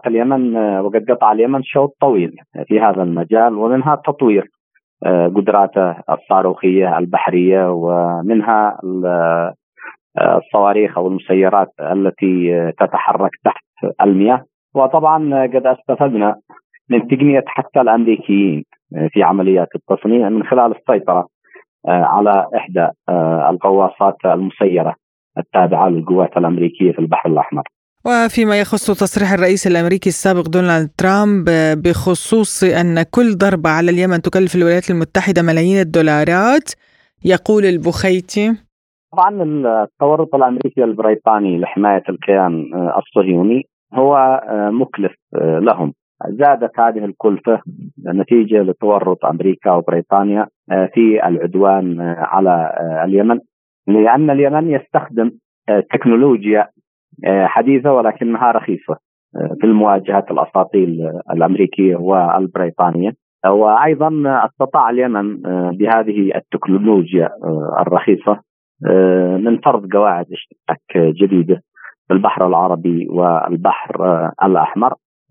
قطع اليمن شوط طويل في هذا المجال، ومنها تطوير قدراته الصاروخية البحرية، ومنها الصواريخ أو المسيرات التي تتحرك تحت المياه. وطبعا قد استفدنا من تقنية حتى الأمريكيين في عمليات التصنيع من خلال السيطرة على إحدى الغواصات المسيرة التابعة للقوات الأمريكية في البحر الأحمر. وفيما يخص تصريح الرئيس الأمريكي السابق دونالد ترامب بخصوص أن كل ضربة على اليمن تكلف الولايات المتحدة ملايين الدولارات، يقول البخيتي: طبعا التورط الأمريكي البريطاني لحماية الكيان الصهيوني هو مكلف لهم. زادت هذه الكلفة نتيجة لتورط أمريكا وبريطانيا في العدوان على اليمن، لأن اليمن يستخدم تكنولوجيا حديثة ولكنها رخيصة في المواجهة الأساطيل الأمريكية والبريطانية. وأيضا استطاع اليمن بهذه التكنولوجيا الرخيصة من فرض قواعد اشتباك جديدة في البحر العربي والبحر الأحمر،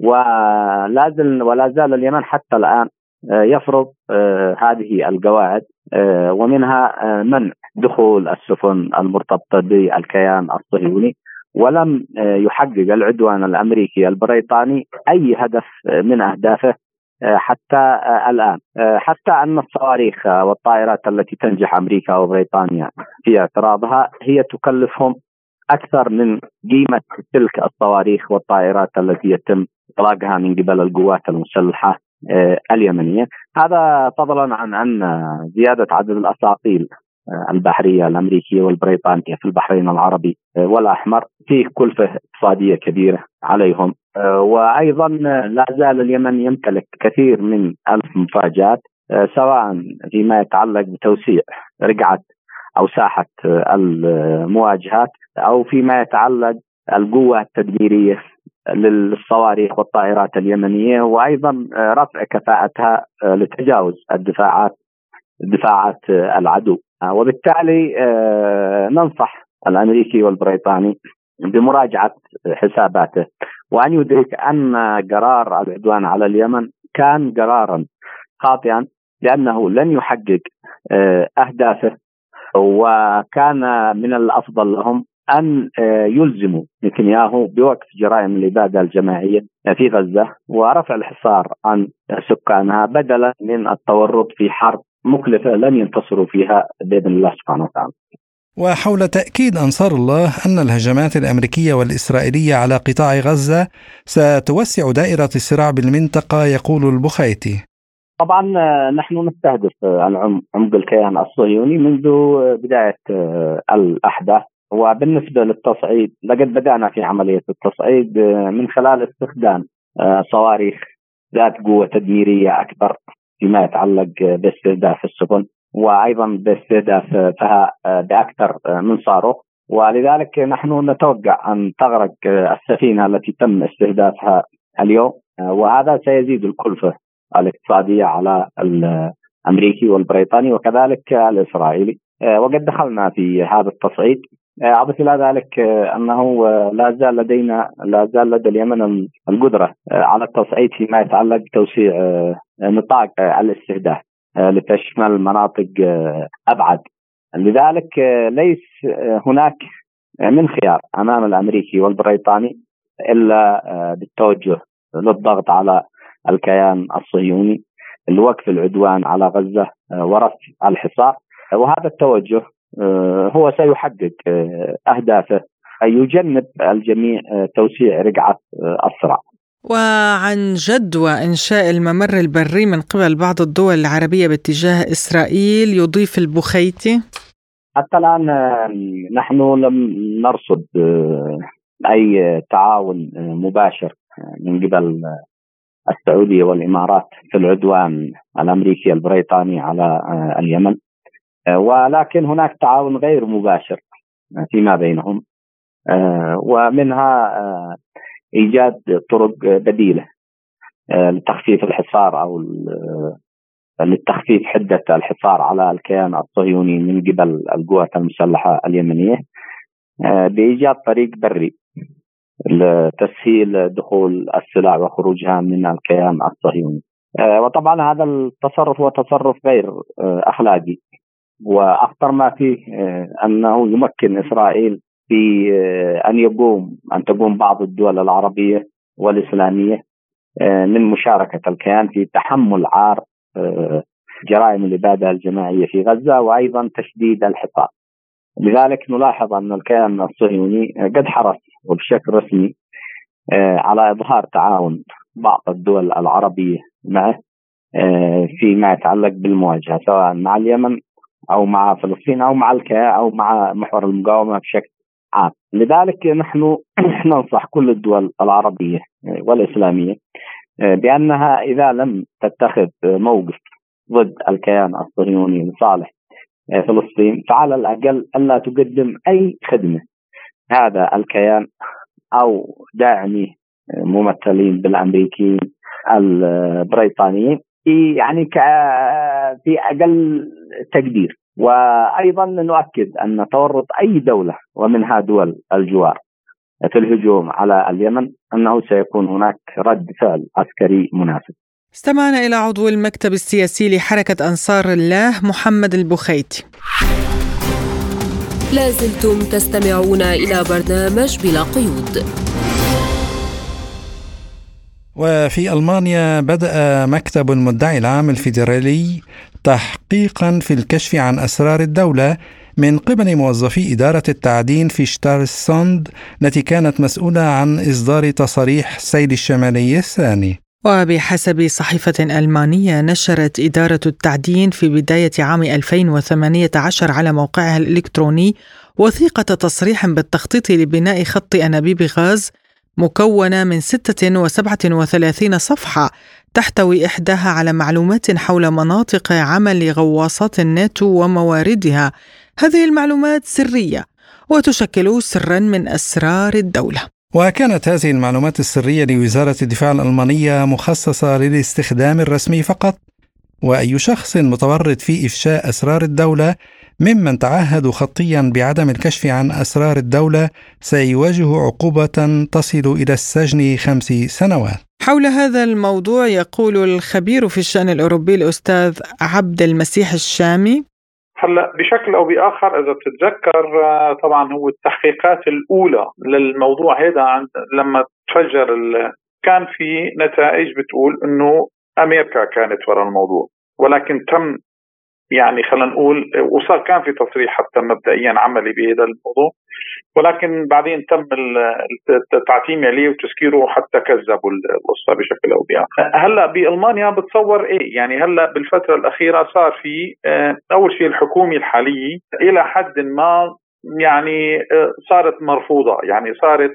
ولا زال اليمن حتى الآن يفرض هذه القواعد، ومنها منع دخول السفن المرتبطة بالكيان الصهيوني. ولم يحقق العدوان الأمريكي البريطاني أي هدف من أهدافه حتى الآن، حتى أن الصواريخ والطائرات التي تنجح أمريكا وبريطانيا في اعتراضها هي تكلفهم أكثر من قيمة تلك الصواريخ والطائرات التي يتم إطلاقها من قبل القوات المسلحة اليمنية. هذا فضلا عن أن زيادة عدد الأساطيل البحرية الأمريكية والبريطانية في البحرين العربي والأحمر فيه كلفة اقتصادية كبيرة عليهم. وأيضا لا زال اليمن يمتلك كثير من المفاجآت، سواء فيما يتعلق بتوسيع رقعة أو ساحة المواجهات، أو فيما يتعلق القوة التدميرية للصواريخ والطائرات اليمنية، وأيضا رفع كفاءتها لتجاوز دفاعات العدو. وبالتالي ننصح الأمريكي والبريطاني بمراجعة حساباته، وأن يدرك أن قرار العدوان على اليمن كان قرارا خاطئا، لأنه لن يحقق أهدافه، وكان من الأفضل لهم أن يلزموا نتنياهو بوقف جرائم الإبادة الجماعية في غزة ورفع الحصار عن سكانها بدلا من التورط في حرب مكلفة لن ينتصروا فيها بإذن الله سبحانه وتعالى. وحول تأكيد أنصار الله أن الهجمات الأمريكية والإسرائيلية على قطاع غزة ستوسع دائرة الصراع بالمنطقة، يقول البخيتي: طبعا نحن نستهدف عمق الكيان الصهيوني منذ بداية الأحداث. وبالنسبة للتصعيد لقد بدأنا في عملية التصعيد من خلال استخدام صواريخ ذات قوة تدميرية أكبر فيما يتعلق باستهداف السفن، وأيضا باستهدافها بأكثر من صاروخ. ولذلك نحن نتوقع أن تغرق السفينة التي تم استهدافها اليوم، وهذا سيزيد الكلفة الاقتصادية على الأمريكي والبريطاني وكذلك الإسرائيلي. وقد دخلنا في هذا التصعيد. أضف إلى ذلك أنه لا زال لدى اليمن القدرة على التصعيد فيما يتعلق بتوسيع نطاق الاستهداف لتشمل مناطق أبعد. لذلك ليس هناك من خيار أمام الأمريكي والبريطاني إلا بالتوجه للضغط على الكيان الصهيوني لوقف العدوان على غزة ورفع الحصار. وهذا التوجه هو سيحقق أهدافه، أي يجنب الجميع توسيع رقعة الصراع. وعن جدوى إنشاء الممر البري من قبل بعض الدول العربية باتجاه إسرائيل، يضيف البخيتي: حتى الآن نحن لم نرصد أي تعاون مباشر من قبل السعودية والإمارات في العدوان الأمريكي البريطاني على اليمن، ولكن هناك تعاون غير مباشر فيما بينهم، ومنها إيجاد طرق بديلة لتخفيف الحصار أو للتخفيف حدة الحصار على الكيان الصهيوني من قبل القوات المسلحة اليمنية، بإيجاد طريق بري لتسهيل دخول السلاح وخروجها من الكيان الصهيوني. وطبعا هذا التصرف هو تصرف غير أخلاقي، وأخطر ما فيه أنه يمكن إسرائيل في أن تقوم بعض الدول العربية والإسلامية من مشاركة الكيان في تحمل عار جرائم الإبادة الجماعية في غزة وأيضا تشديد الحصار. لذلك نلاحظ أن الكيان الصهيوني قد حرص وبشكل رسمي على إظهار تعاون بعض الدول العربية معه فيما يتعلق بالمواجهة سواء مع اليمن أو مع فلسطين أو مع الكيان أو مع محور المقاومة بشكل عام. لذلك نحن ننصح كل الدول العربية والإسلامية بأنها إذا لم تتخذ موقف ضد الكيان الصهيوني لصالح فلسطين فعلى الأقل ألا تقدم أي خدمة هذا الكيان أو داعمي ممثلين بالأمريكيين البريطانيين يعني في أقل تقدير. وأيضا نؤكد أن تورط أي دولة ومنها دول الجوار في الهجوم على اليمن أنه سيكون هناك رد فعل عسكري مناسب. استمعنا إلى عضو المكتب السياسي لحركة أنصار الله محمد البخيتي. لازلتم تستمعون إلى برنامج بلا قيود. وفي ألمانيا بدأ مكتب المدعي العام الفيدرالي تحقيقا في الكشف عن أسرار الدولة من قبل موظفي إدارة التعدين في شتارسوند التي كانت مسؤولة عن إصدار تصاريح السيل الشمالي الثاني. وبحسب صحيفة ألمانية نشرت إدارة التعدين في بداية عام 2018 على موقعها الإلكتروني وثيقة تصريح بالتخطيط لبناء خط أنابيب غاز مكونة من 37 صفحة تحتوي إحداها على معلومات حول مناطق عمل غواصات الناتو ومواردها. هذه المعلومات سرية وتشكل سرا من أسرار الدولة. وكانت هذه المعلومات السرية لوزارة الدفاع الألمانية مخصصة للاستخدام الرسمي فقط، وأي شخص متورط في إفشاء أسرار الدولة ممن تعهدوا خطيا بعدم الكشف عن أسرار الدولة سيواجه عقوبة تصل إلى السجن 5 سنوات. حول هذا الموضوع يقول الخبير في الشأن الأوروبي الأستاذ عبد المسيح الشامي: هلا بشكل او باخر اذا بتتذكر طبعا هو التحقيقات الاولى للموضوع هذا لما تفجر كان في نتائج بتقول انه امريكا كانت وراء الموضوع، ولكن تم يعني خلينا نقول وصار كان في تصريح حتى مبدئيا عملي بهذا الموضوع، ولكن بعدين تم التعتيم عليه وتسكيره حتى كذبوا القصه بشكل او باخر. هلا بالمانيا بتصور ايه يعني هلا بالفتره الاخيره صار في اول شيء الحكومه الحاليه الى حد ما يعني صارت مرفوضه، يعني صارت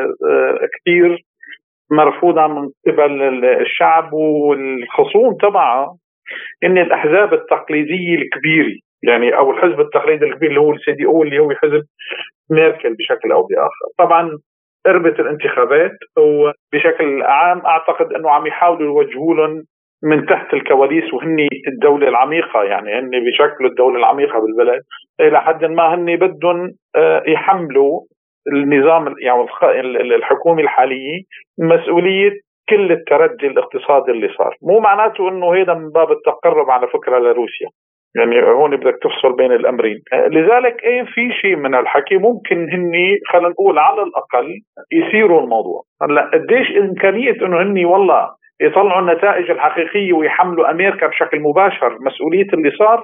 كثير مرفوضه من قبل الشعب والخصوم تبعها ان الاحزاب التقليديه الكبيره يعني او الحزب التقليدي الكبير اللي هو السي دي او اللي هو حزب ميركل بشكل او باخر طبعا قربت الانتخابات، وبشكل عام اعتقد انه عم يحاولوا يوجهوا لهم من تحت الكواليس وهن الدوله العميقه، يعني هن بشكل الدوله العميقه بالبلد الى حد ما هن بدهم يحملوا النظام يعني الحكومه الحاليه مسؤوليه كل التردي الاقتصادي اللي صار. مو معناته انه هذا من باب التقرب على فكره لروسيا، يعني هون بدك تفصل بين الامرين. لذلك ايه في شيء من الحكي ممكن هني خلينا نقول على الاقل يثيروا الموضوع. هلا قديش امكانيه انه هني والله يطلعوا النتائج الحقيقيه ويحملوا امريكا بشكل مباشر مسؤوليه اللي صار؟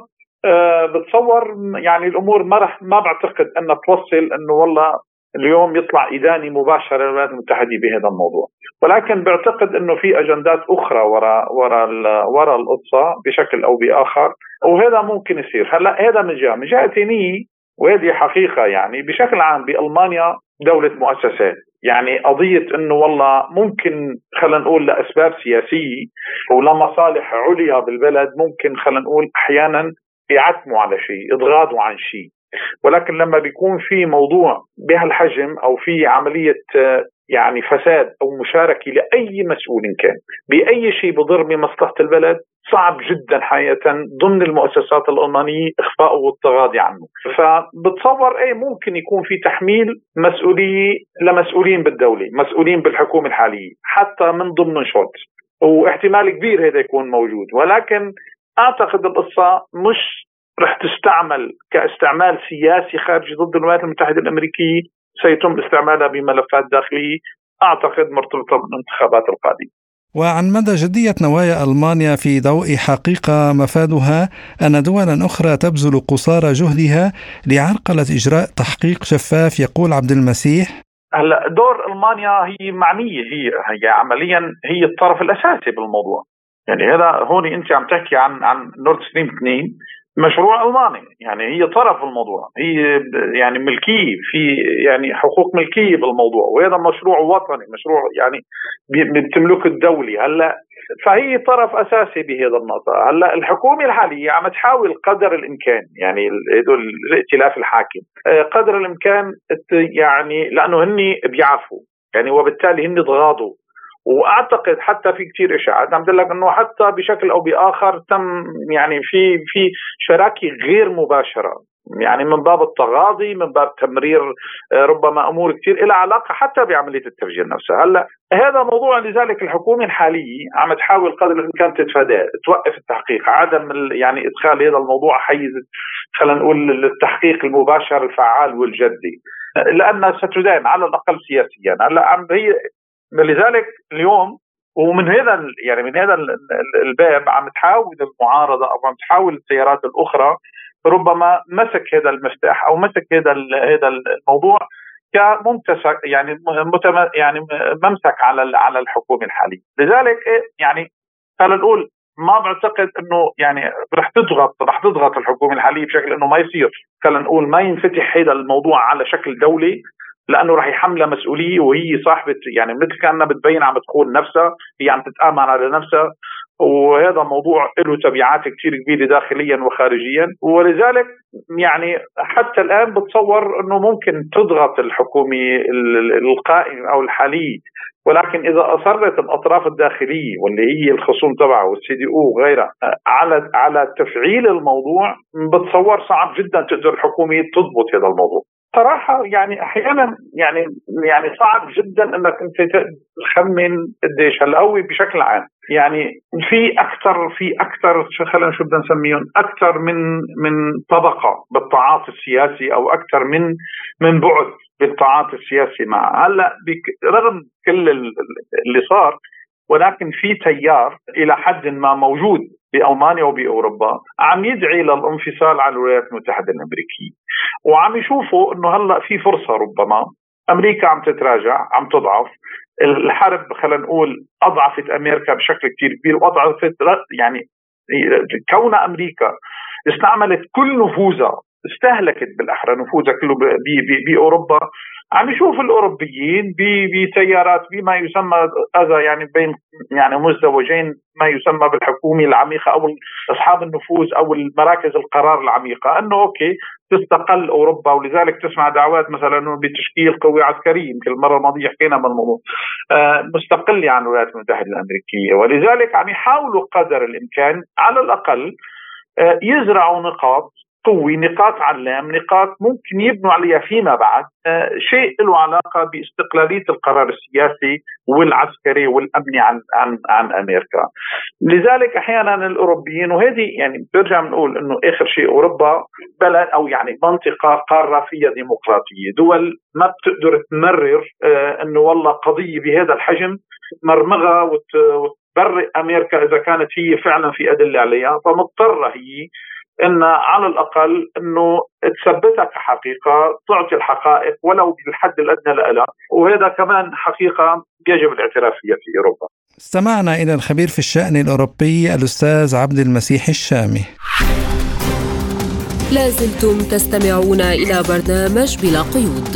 بتصور يعني الامور ما بعتقد انها توصل انه والله اليوم يطلع إداني مباشرة للولايات المتحدة بهذا الموضوع، ولكن بعتقد انه في اجندات اخرى وراء القصة بشكل او باخر، وهذا ممكن يصير. هلا هذا من جهة ثانية، وهذه حقيقة يعني بشكل عام بألمانيا دولة مؤسسات، يعني قضية انه والله ممكن خلينا نقول لاسباب سياسية ولمصالح عليا بالبلد ممكن خلينا نقول احيانا يعتموا على شيء يتغاضوا عن شيء، ولكن لما بيكون في موضوع بهالحجم أو في عملية يعني فساد أو مشاركة لأي مسؤول كان بأي شيء بضر بمصلحة البلد صعب جدا حقيقة ضمن المؤسسات الألمانية إخفاءه والتغاضي عنه. فبتصور أي ممكن يكون في تحميل مسؤولية لمسؤولين بالدولة، مسؤولين بالحكومة الحالية حتى من ضمن شولتز، واحتمال كبير هذا يكون موجود، ولكن أعتقد القصة مش رح تستعمل كاستعمال سياسي خارجي ضد الولايات المتحدة الأمريكية، سيتم استعمالها بملفات داخلية أعتقد مرتبطة بالانتخابات القادمة. وعن مدى جدية نوايا ألمانيا في ضوء حقيقة مفادها أن دولا أخرى تبذل قصارى جهدها لعرقلة إجراء تحقيق شفاف، يقول عبد المسيح. هلا دور ألمانيا هي معنية، هي عمليا هي الطرف الأساسي بالموضوع. يعني هذا هون أنت عم تحكي عن نورد ستريم 2 مشروع ألماني، يعني هي طرف الموضوع، هي يعني ملكية، في يعني حقوق ملكية بالموضوع، وهذا مشروع وطني، مشروع يعني بتملك الدولة. هلا فهي طرف أساسي بهذا النقطة. هلا الحكومة الحالية عم تحاول قدر الإمكان، يعني الائتلاف الحاكم قدر الإمكان يعني لأنه هني بيعرفوا يعني وبالتالي هني تغاضوا، واعتقد حتى في كثير اشاعات عم تقول لك انه حتى بشكل او باخر تم يعني في شراكه غير مباشره، يعني من باب التغاضي، من باب تمرير ربما امور كثير لها علاقه حتى بعمليه التفجير نفسها. هلا هذا موضوع، لذلك الحكومه الحاليه عم تحاول قدر الامكان تتفادى، توقف التحقيق، عدم يعني ادخال هذا الموضوع حيز خلينا نقول التحقيق المباشر الفعال والجدي، لانها ستدان على الاقل سياسيا. هلا هي لذلك اليوم ومن هذا يعني من هذا الباب عم تحاول المعارضه او عم تحاول التيارات الاخرى ربما مسك هذا المفتاح او مسك هذا الموضوع كممتسك، يعني يعني ممسك على الحكومه الحاليه. لذلك يعني خلينا نقول ما بعتقد انه يعني رح تضغط الحكومه الحاليه بشكل انه ما يصير خلينا نقول ما ينفتح هذا الموضوع على شكل دولي، لانه راح يحملها مسؤوليه، وهي صاحبه يعني مثل كانها بتبين عم تخون نفسها، هي عم تتآمن على نفسها، وهذا موضوع له تبعات كثير كبيره داخليا وخارجيا. ولذلك يعني حتى الان بتصور انه ممكن تضغط الحكومه القائمه او الحاليه، ولكن اذا اصرت الاطراف الداخليه واللي هي الخصوم تبعه والسي دي او وغيرها على تفعيل الموضوع، بتصور صعب جدا تقدر الحكومه تضبط هذا الموضوع. صراحة يعني أحيانا يعني صعب جدا أنك أنت تخمن قديش. هلا هو بشكل عام يعني في أكثر خلينا شو بدنا نسميهم، أكثر من طبقة بالتعاطي السياسي، أو أكثر من بعد بالتعاطي السياسي معه. هلا رغم كل اللي صار، ولكن في تيار إلى حد ما موجود بألمانيا وبأوروبا عم يدعي للانفصال عن الولايات المتحدة الأمريكية، وعم يشوفوا أنه هلأ في فرصة، ربما أمريكا عم تتراجع، عم تضعف، الحرب خلينا نقول أضعفت أمريكا بشكل كتير كبير، وأضعفت يعني كون أمريكا استعملت كل نفوذها، استهلكت بالأحرى نفوذها كله بأوروبا. عم يشوف الأوروبيين بتيارات بما يسمى يعني بين يعني مزدوجين، ما يسمى بالحكومة العميقة أو أصحاب النفوذ أو المراكز القرار العميقة، أنه أوكي تستقل أوروبا. ولذلك تسمع دعوات مثلا بتشكيل قوة عسكرية، يمكن المرة الماضية حكينا بالموضوع، مستقلة عن الولايات المتحدة الأمريكية. ولذلك عم يحاولوا قدر الإمكان على الأقل يزرعوا نقاط قوة، نقاط علام، نقاط ممكن يبنوا عليها فيما بعد شيء له علاقة باستقلالية القرار السياسي والعسكري والأمني عن أمريكا. لذلك أحيانا الأوروبيين، وهذه يعني برجع بنقول إنه آخر شيء أوروبا بلد أو يعني منطقة قارة فيها ديمقراطية، دول ما بتقدر تمرر إنه والله قضية بهذا الحجم مرمغة وتبرئ أمريكا إذا كانت هي فعلا في أدلة عليها، فمضطرة هي إن على الأقل إنه تثبتها كحقيقة، تعطي الحقائق ولو بالحد الأدنى لها، وهذا كمان حقيقة يجب الاعتراف فيها في أوروبا. استمعنا إلى الخبير في الشأن الأوروبي الأستاذ عبد المسيح الشامي. لازلتم تستمعون إلى برنامج بلا قيود.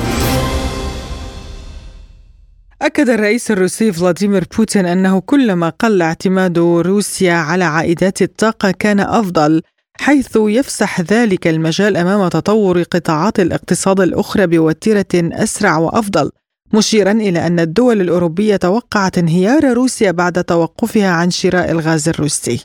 أكد الرئيس الروسي فلاديمير بوتين أنه كلما قل اعتماد روسيا على عائدات الطاقة كان أفضل، حيث يفسح ذلك المجال أمام تطور قطاعات الاقتصاد الأخرى بوتيرة أسرع وأفضل، مشيرا إلى أن الدول الأوروبية توقعت انهيار روسيا بعد توقفها عن شراء الغاز الروسي.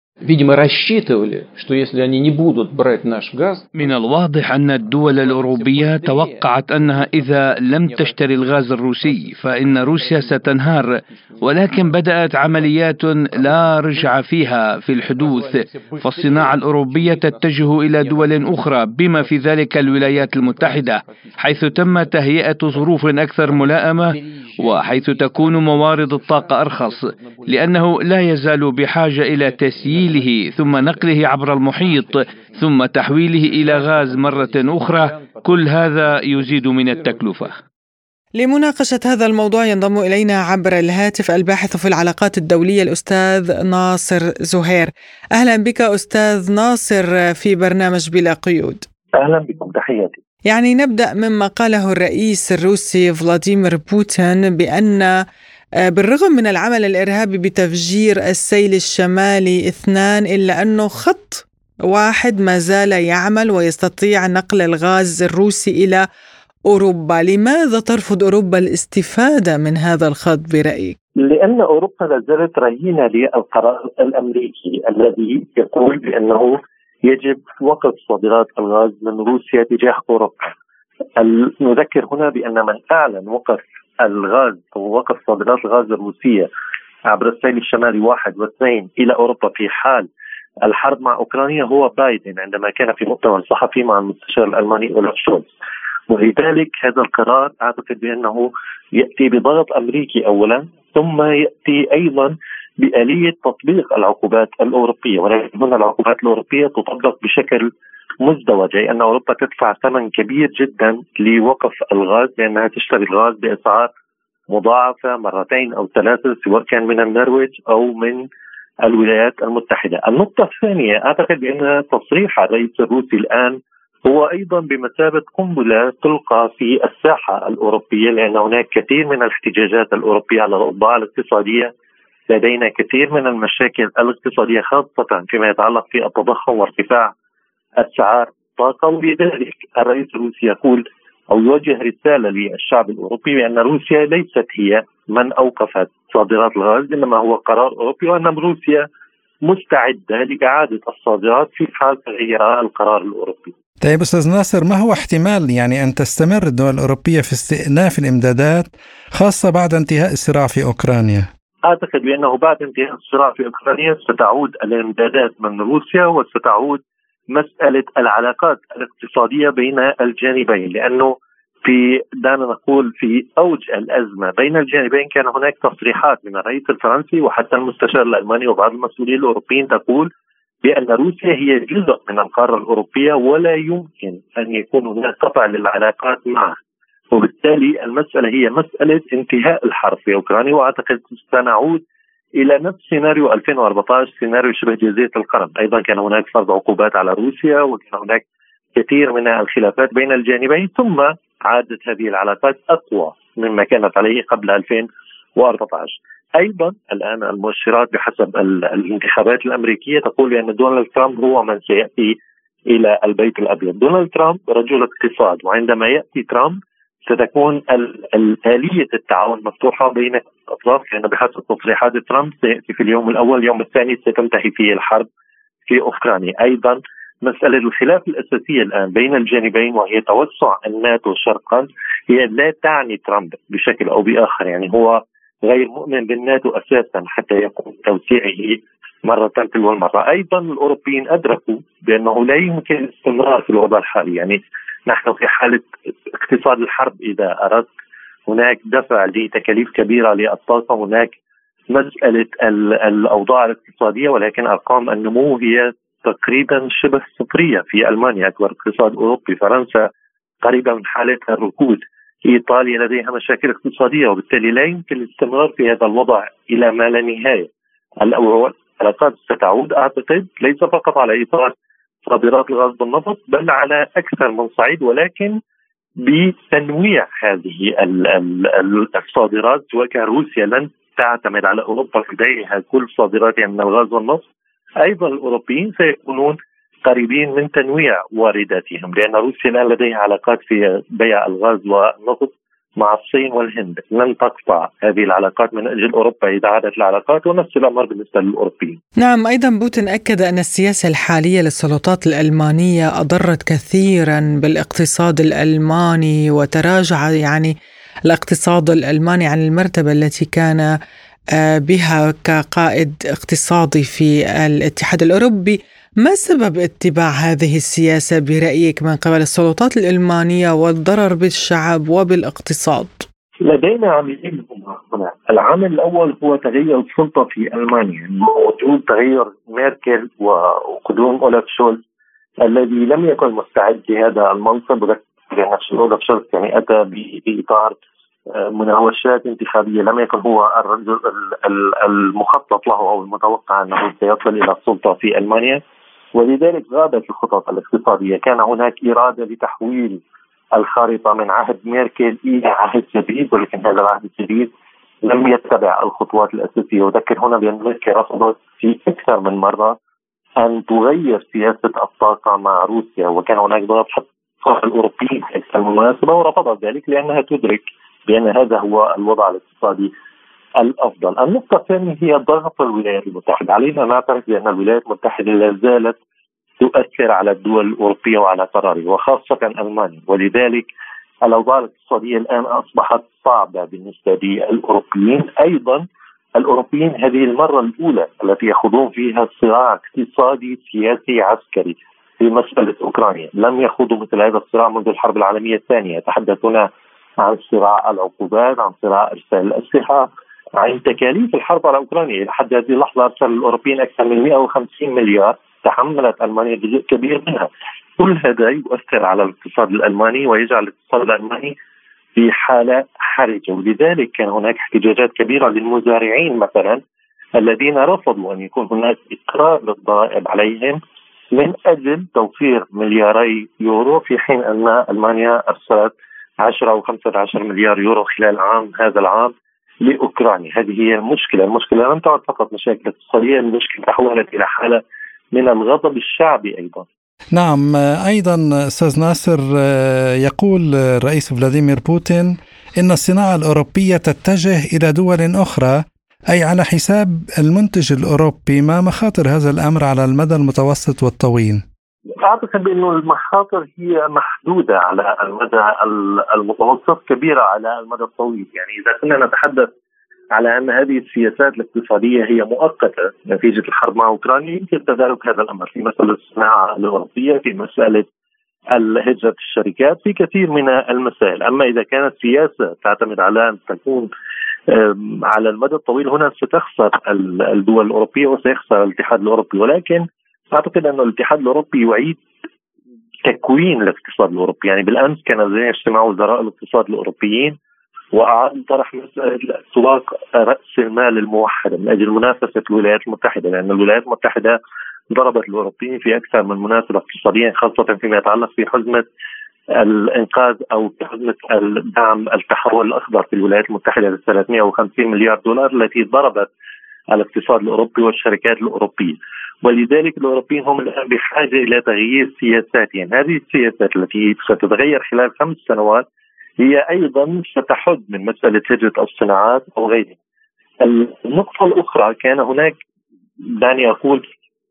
من الواضح أن الدول الأوروبية توقعت أنها إذا لم تشتري الغاز الروسي فإن روسيا ستنهار، ولكن بدأت عمليات لا رجع فيها في الحدوث، فالصناعة الأوروبية تتجه إلى دول أخرى بما في ذلك الولايات المتحدة، حيث تم تهيئة ظروف أكثر ملائمة، وحيث تكون موارد الطاقة أرخص، لأنه لا يزال بحاجة إلى تسييله ثم نقله عبر المحيط ثم تحويله إلى غاز مرة أخرى. كل هذا يزيد من التكلفة. لمناقشة هذا الموضوع ينضم إلينا عبر الهاتف الباحث في العلاقات الدولية الأستاذ ناصر زهير. أهلا بك أستاذ ناصر في برنامج بلا قيود. أهلا بكم، تحياتي. يعني نبدأ مما قاله الرئيس الروسي فلاديمير بوتين بأن بالرغم من العمل الإرهابي بتفجير السيل الشمالي 2 إلا أنه خط واحد ما زال يعمل ويستطيع نقل الغاز الروسي إلى أوروبا. لماذا ترفض أوروبا الاستفادة من هذا الخط برأيك؟ لأن أوروبا لا زالت رهينة للقرار الأمريكي الذي يقول بأنه يجب وقف صادرات الغاز من روسيا تجاه أوروبا. نذكر هنا بأن من أعلن وقف الغاز أو وقف صادرات الغاز الروسية عبر السيل الشمالي 1 و2 إلى أوروبا في حال الحرب مع أوكرانيا هو بايدن، عندما كان في مؤتمر صحفي مع المستشار الألماني أولاف شولز. ولذلك هذا القرار أعتقد بأنه يأتي بضغط أمريكي أولا، ثم يأتي أيضا بآلية تطبيق العقوبات الأوروبية. ولكن هنا العقوبات الأوروبية تطبق بشكل مزدوج، أي أن أوروبا تدفع ثمن كبير جدا لوقف الغاز، لأنها تشتري الغاز بأسعار مضاعفة 2 أو 3 سواء كان من النرويج أو من الولايات المتحدة. النقطة الثانية، أعتقد بأن تصريح الرئيس الروسي الآن هو أيضا بمثابة قنبلة تلقى في الساحة الأوروبية، لأن هناك كثير من الاحتجاجات الأوروبية على الأوضاع الاقتصادية، لدينا كثير من المشاكل الاقتصادية خاصة فيما يتعلق في التضخم وارتفاع أسعار الطاقة. ولذلك الرئيس الروسي يقول أو يوجه رسالة للشعب الأوروبي بأن روسيا ليست هي من أوقفت صادرات الغاز، إنما هو قرار أوروبي، وأن روسيا مستعدة لإعادة الصادرات في حال تغير القرار الأوروبي. طيب أستاذ ناصر، ما هو احتمال يعني أن تستمر الدول الأوروبية في استئناف الإمدادات خاصة بعد انتهاء الصراع في أوكرانيا؟ أعتقد بأنه بعد انتهاء الصراع في أوكرانيا ستعود الإمدادات من روسيا، وستعود مسألة العلاقات الاقتصادية بين الجانبين، لأنه دعنا نقول في أوج الأزمة بين الجانبين كان هناك تصريحات من الرئيس الفرنسي وحتى المستشار الألماني وبعض المسؤولين الأوروبيين تقول بأن روسيا هي جزء من القارة الأوروبية ولا يمكن أن يكون هناك قطع للعلاقات معه، وبالتالي المسألة هي مسألة انتهاء الحرب في أوكرانيا. وأعتقد سنعود إلى نفس سيناريو 2014، سيناريو شبه جزيرة القرم. أيضا كان هناك فرض عقوبات على روسيا وكان هناك كثير من الخلافات بين الجانبين، ثم عادت هذه العلاقات أقوى مما كانت عليه قبل 2014. أيضا الآن المؤشرات بحسب الانتخابات الأمريكية تقول بأن دونالد ترامب هو من سيأتي إلى البيت الأبيض. دونالد ترامب رجل اقتصاد، وعندما يأتي ترامب ستكون آلية التعاون مفتوحة بين الأطراف، لأن بحسب تصريحات ترامب سيأتي في اليوم الأول، اليوم الثاني ستنتهي فيه الحرب في أوكرانيا. أيضا مسألة الخلاف الأساسية الآن بين الجانبين وهي توسع الناتو شرقا هي لا تعني ترامب بشكل أو بآخر، يعني هو غير مؤمن بالناتو أساسا حتى يقوم بتوسيعه مرة تلو المرة. أيضا الأوروبيين أدركوا بأنه لا يمكن الاستمرار في الوضع الحالي، يعني نحن في حالة اقتصاد الحرب. إذا أردت هناك دفع لتكاليف كبيرة للطاقة، هناك مسألة الأوضاع الاقتصادية، ولكن أرقام النمو هي تقريبا شبه صفرية في ألمانيا أكبر اقتصاد أوروبي، فرنسا قريبة من حالة الركود، إيطاليا لديها مشاكل اقتصادية، وبالتالي لا يمكن الاستمرار في هذا الوضع إلى ما لا نهاية. العلاقات ستعود أعتقد ليس فقط على إطار صادرات الغاز بالنفط بل على أكثر من صعيد، ولكن بتنويع هذه الصادرات. سواء كان روسيا لن تعتمد على أوروبا في بيعها كل صادراتها من الغاز والنفط، أيضا الأوروبيين سيكونون قريبين من تنويع وارداتهم، لأن روسيا الآن لديها علاقات في بيع الغاز والنفط مع الصين والهند، لن تقطع هذه العلاقات من أجل أوروبا إذا عادت العلاقات، ونفس الأمر بالنسبة للأوروبيين. نعم، أيضا بوتين أكد أن السياسة الحالية للسلطات الألمانية أضرت كثيرا بالاقتصاد الألماني، وتراجع يعني الاقتصاد الألماني عن المرتبة التي كان بها كقائد اقتصادي في الاتحاد الأوروبي. ما سبب اتباع هذه السياسة برأيك من قبل السلطات الألمانية والضرر بالشعب وبالاقتصاد؟ لدينا عاملين هنا. العامل الأول هو تغير السلطة في ألمانيا، وجود تغير ميركل وقدوم أولاف شولز الذي لم يكن مستعد لهذا المنصب، لأن أولاف شولز يعني أتى بإطار مناوشات انتخابية، لم يكن هو الرجل المخطط له أو المتوقع أنه سيصل إلى السلطة في ألمانيا، ولذلك غابت الخطط الاقتصادية. كان هناك إرادة لتحويل الخارطة من عهد ميركل إلى عهد جديد، ولكن هذا العهد الجديد لم يتبع الخطوات الأساسية. وذكر هنا بأن ميركل رفضت في أكثر من مرة أن تغير سياسة الطاقة مع روسيا، وكان هناك ضغط حتى الأوروبيين في المناسبة ورفضت ذلك لأنها تدرك بأن هذا هو الوضع الاقتصادي الأفضل. النقطة الثانية هي ضغط الولايات المتحدة. علينا نعترف بأن الولايات المتحدة لا زالت تؤثر على الدول الأوروبية وعلى قرارها، وخاصة ألمانيا، ولذلك الأوضاع الاقتصادية الآن أصبحت صعبة بالنسبة للأوروبيين. أيضا الأوروبيين هذه المرة الأولى التي يخوضون فيها صراع اقتصادي سياسي عسكري في مسألة أوكرانيا. لم يخوضوا مثل هذا الصراع منذ الحرب العالمية الثانية. يتحدثون عن صراع العقوبات، عن صراع إرسال الأسلحة، عن تكاليف الحرب على أوكرانيا. لحد هذه اللحظة أرسل الأوروبيين أكثر من 150 مليار، تحملت ألمانيا جزء كبير منها. كل هذا يؤثر على الاقتصاد الألماني ويجعل الاقتصاد الألماني في حالة حرجة، ولذلك كان هناك احتجاجات كبيرة للمزارعين مثلا الذين رفضوا أن يكون هناك إقرار للضرائب عليهم من أجل توفير ملياري يورو، في حين أن ألمانيا أرسلت 10 أو 15 مليار يورو خلال هذا العام لأوكرانيا. هذه هي المشكلة لم تعد فقط مشاكل اقتصادية، المشكلة تحولت إلى حالة من الغضب الشعبي أيضا. نعم، أيضا أستاذ ناصر، يقول الرئيس فلاديمير بوتين إن الصناعة الأوروبية تتجه إلى دول أخرى أي على حساب المنتج الأوروبي. ما مخاطر هذا الأمر على المدى المتوسط والطويل؟ أعتقد بأنه المخاطر هي محدودة على المدى المتوسط، كبيرة على المدى الطويل. يعني إذا كنا نتحدث على أن هذه السياسات الاقتصادية هي مؤقتة نتيجة الحرب مع أوكرانيا، يمكن تدارك هذا الأمر في مسألة الصناعة الأوروبية، في مسألة هجرة الشركات، في كثير من المسائل. أما إذا كانت سياسة تعتمد على أن تكون على المدى الطويل، هنا ستخسر الدول الأوروبية وسيخسر الاتحاد الأوروبي. ولكن أعتقد أن الاتحاد الأوروبي يعيد تكوين الاقتصاد الأوروبي. يعني بالأمس كان لدينا اجتماع وزراء الاقتصاد الأوروبيين، وأعاد طرح مسألة سواق رأس المال الموحدة من أجل منافسة الولايات المتحدة، لأن الولايات المتحدة ضربت الأوروبيين في أكثر من مناسبة اقتصادية، خاصة فيما يتعلق في حزمة الإنقاذ أو حزمة الدعم التحول الأخضر في الولايات المتحدة ل 350 مليار دولار التي ضربت الاقتصاد الأوروبي والشركات الأوروبية. ولذلك الأوروبيين هم الآن بحاجة إلى تغيير سياساتهم. هذه السياسات التي ستتغير خلال 5 سنوات هي أيضا ستحد من مسألة هجرة الصناعات أو غيرها. النقطة الأخرى، كان هناك دعني أقول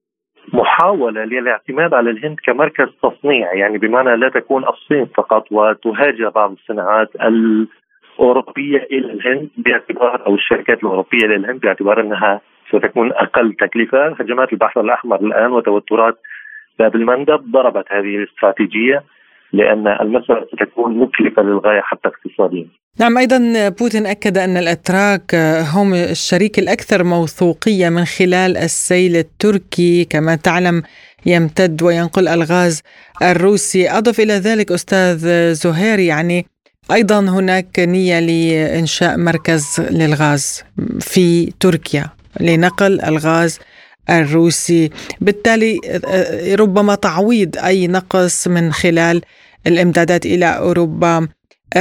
محاولة للاعتماد على الهند كمركز تصنيع، يعني بمعنى لا تكون الصين فقط وتهاجر بعض الصناعات الأوروبية إلى الهند باعتبار، أو الشركات الأوروبية إلى الهند باعتبار أنها ستكون أقل تكلفة. هجمات البحر الأحمر الآن وتوترات باب المندب ضربت هذه الاستراتيجية، لأن المسألة ستكون مكلفة للغاية حتى اقتصاديا. نعم، أيضا بوتين أكد أن الأتراك هم الشريك الأكثر موثوقية من خلال السيل التركي، كما تعلم يمتد وينقل الغاز الروسي. أضف إلى ذلك أستاذ زهير، يعني أيضا هناك نية لإنشاء مركز للغاز في تركيا لنقل الغاز الروسي، بالتالي ربما تعويض أي نقص من خلال الإمدادات إلى أوروبا.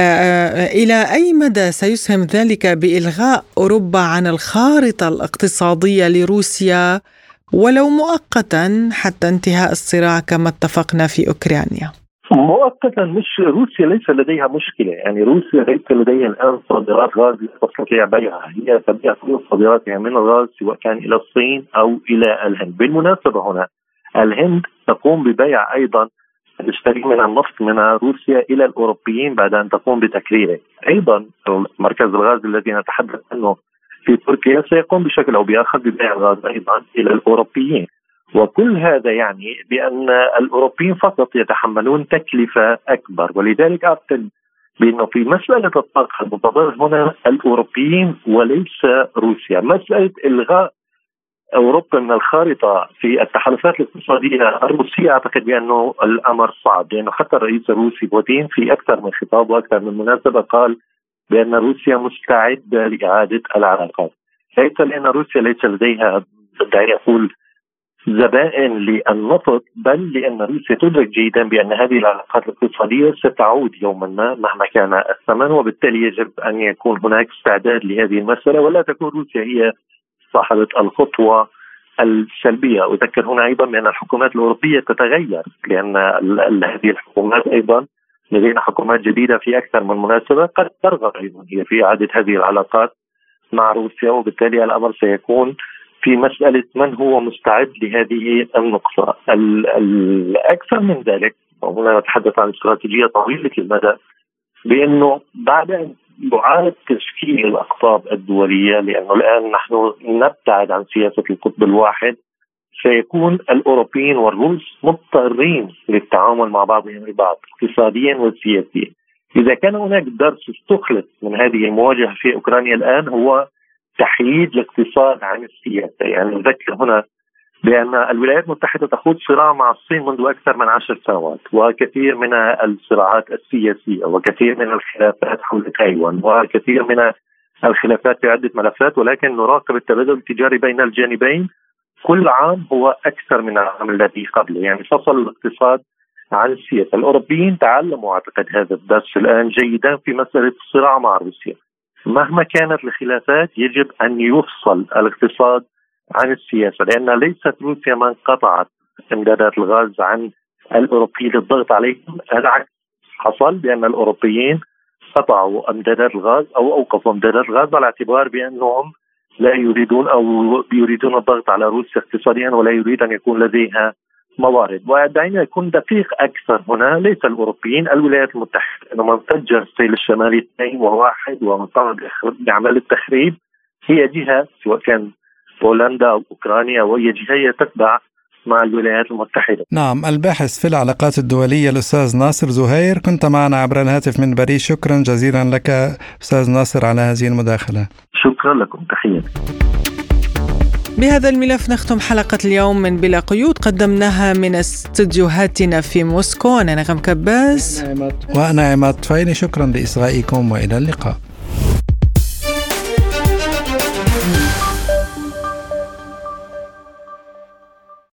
إلى أي مدى سيسهم ذلك بإلغاء أوروبا عن الخارطة الاقتصادية لروسيا ولو مؤقتا حتى انتهاء الصراع كما اتفقنا في أوكرانيا؟ مؤقتا، مش روسيا ليس لديها مشكلة. يعني روسيا ليس لديها الآن صادرات غاز تستطيع بيعها، هي تبيع كل صادراتها من الغاز سواء كان إلى الصين أو إلى الهند. بالمناسبة هنا الهند تقوم ببيع أيضا تشتري من النفط من روسيا إلى الأوروبيين بعد أن تقوم بتكريره. أيضا مركز الغاز الذي نتحدث عنه في تركيا سيقوم بشكل أو بآخر ببيع الغاز أيضا إلى الأوروبيين. وكل هذا يعني بأن الأوروبيين فقط يتحملون تكلفة أكبر. ولذلك أعتقد بأنه في مسألة الطاقة المتضرر هنا الأوروبيين وليس روسيا. مسألة إلغاء أوروبا من الخارطة في التحالفات الاقتصادية الروسية أعتقد بأنه الأمر صعب، لأنه حتى الرئيس الروسي بوتين في أكثر من خطاب وأكثر من مناسبة قال بأن روسيا مستعدة لإعادة العلاقات. ليس لأن روسيا ليس لديها دعني أقول زبائن للنفط، بل لأن روسيا تدرك جيدا بأن هذه العلاقات الاقتصادية ستعود يوما ما مهما كان الثمن، وبالتالي يجب أن يكون هناك استعداد لهذه المسألة ولا تكون روسيا هي صاحبة الخطوة السلبية. أذكر هنا أيضا بأن الحكومات الأوروبية تتغير، لأن هذه الحكومات أيضا لدينا حكومات جديدة في أكثر من مناسبة قد ترغب أيضا هي في إعادة هذه العلاقات مع روسيا، وبالتالي الأمر سيكون في مسألة من هو مستعد لهذه النقطة. الأكثر من ذلك، وهنا نتحدث عن استراتيجية طويلة المدى، بأنه بعد أن يعاد تشكيل الأقطاب الدولية، لأنه الآن نحن نبتعد عن سياسة القطب الواحد، سيكون الأوروبيين والروس مضطرين للتعامل مع بعضهم البعض اقتصاديا وسياسيا. إذا كان هناك درس استخلص من هذه المواجهة في أوكرانيا الآن هو تحييد الاقتصاد عن السياسة. يعني نذكر هنا بأن الولايات المتحدة تخوض صراع مع الصين منذ أكثر من 10 سنوات، وكثير من الصراعات السياسية وكثير من الخلافات حول تايوان وكثير من الخلافات في عدة ملفات، ولكن نراقب التبادل التجاري بين الجانبين كل عام هو أكثر من العام الذي قبله. يعني فصل الاقتصاد عن السياسة. الأوروبيين تعلموا أعتقد هذا الدرس الآن جيدا في مسألة الصراع مع روسيا. مهما كانت الخلافات يجب أن يفصل الاقتصاد عن السياسة، لأن ليست روسيا من قطعت إمدادات الغاز عن الأوروبيين للضغط عليهم. العكس حصل، بأن الأوروبيين قطعوا إمدادات الغاز أو أوقفوا إمدادات الغاز على اعتبار بأنهم لا يريدون أو يريدون الضغط على روسيا اقتصاديا ولا يريد أن يكون لديها موارد. ودعينا يكون دقيق أكثر هنا، ليس الأوروبيين، الولايات المتحدة. عندما انفجر السيل الشمالي 2 و1 وانطلق بعمل التخريب، هي جهة سواء كان بولندا أو أوكرانيا وهي جهة تتبع مع الولايات المتحدة. نعم، الباحث في العلاقات الدولية الأستاذ ناصر زهير كنت معنا عبر الهاتف من باريس. شكرا جزيلا لك أستاذ ناصر على هذه المداخلة. شكرا لكم، تحياتي. بهذا الملف نختم حلقة اليوم من بلا قيود، قدمناها من استديوهاتنا في موسكو. أنا نغم كباس وأنا عماد طفيلي. شكرا لإصغائكم وإلى اللقاء.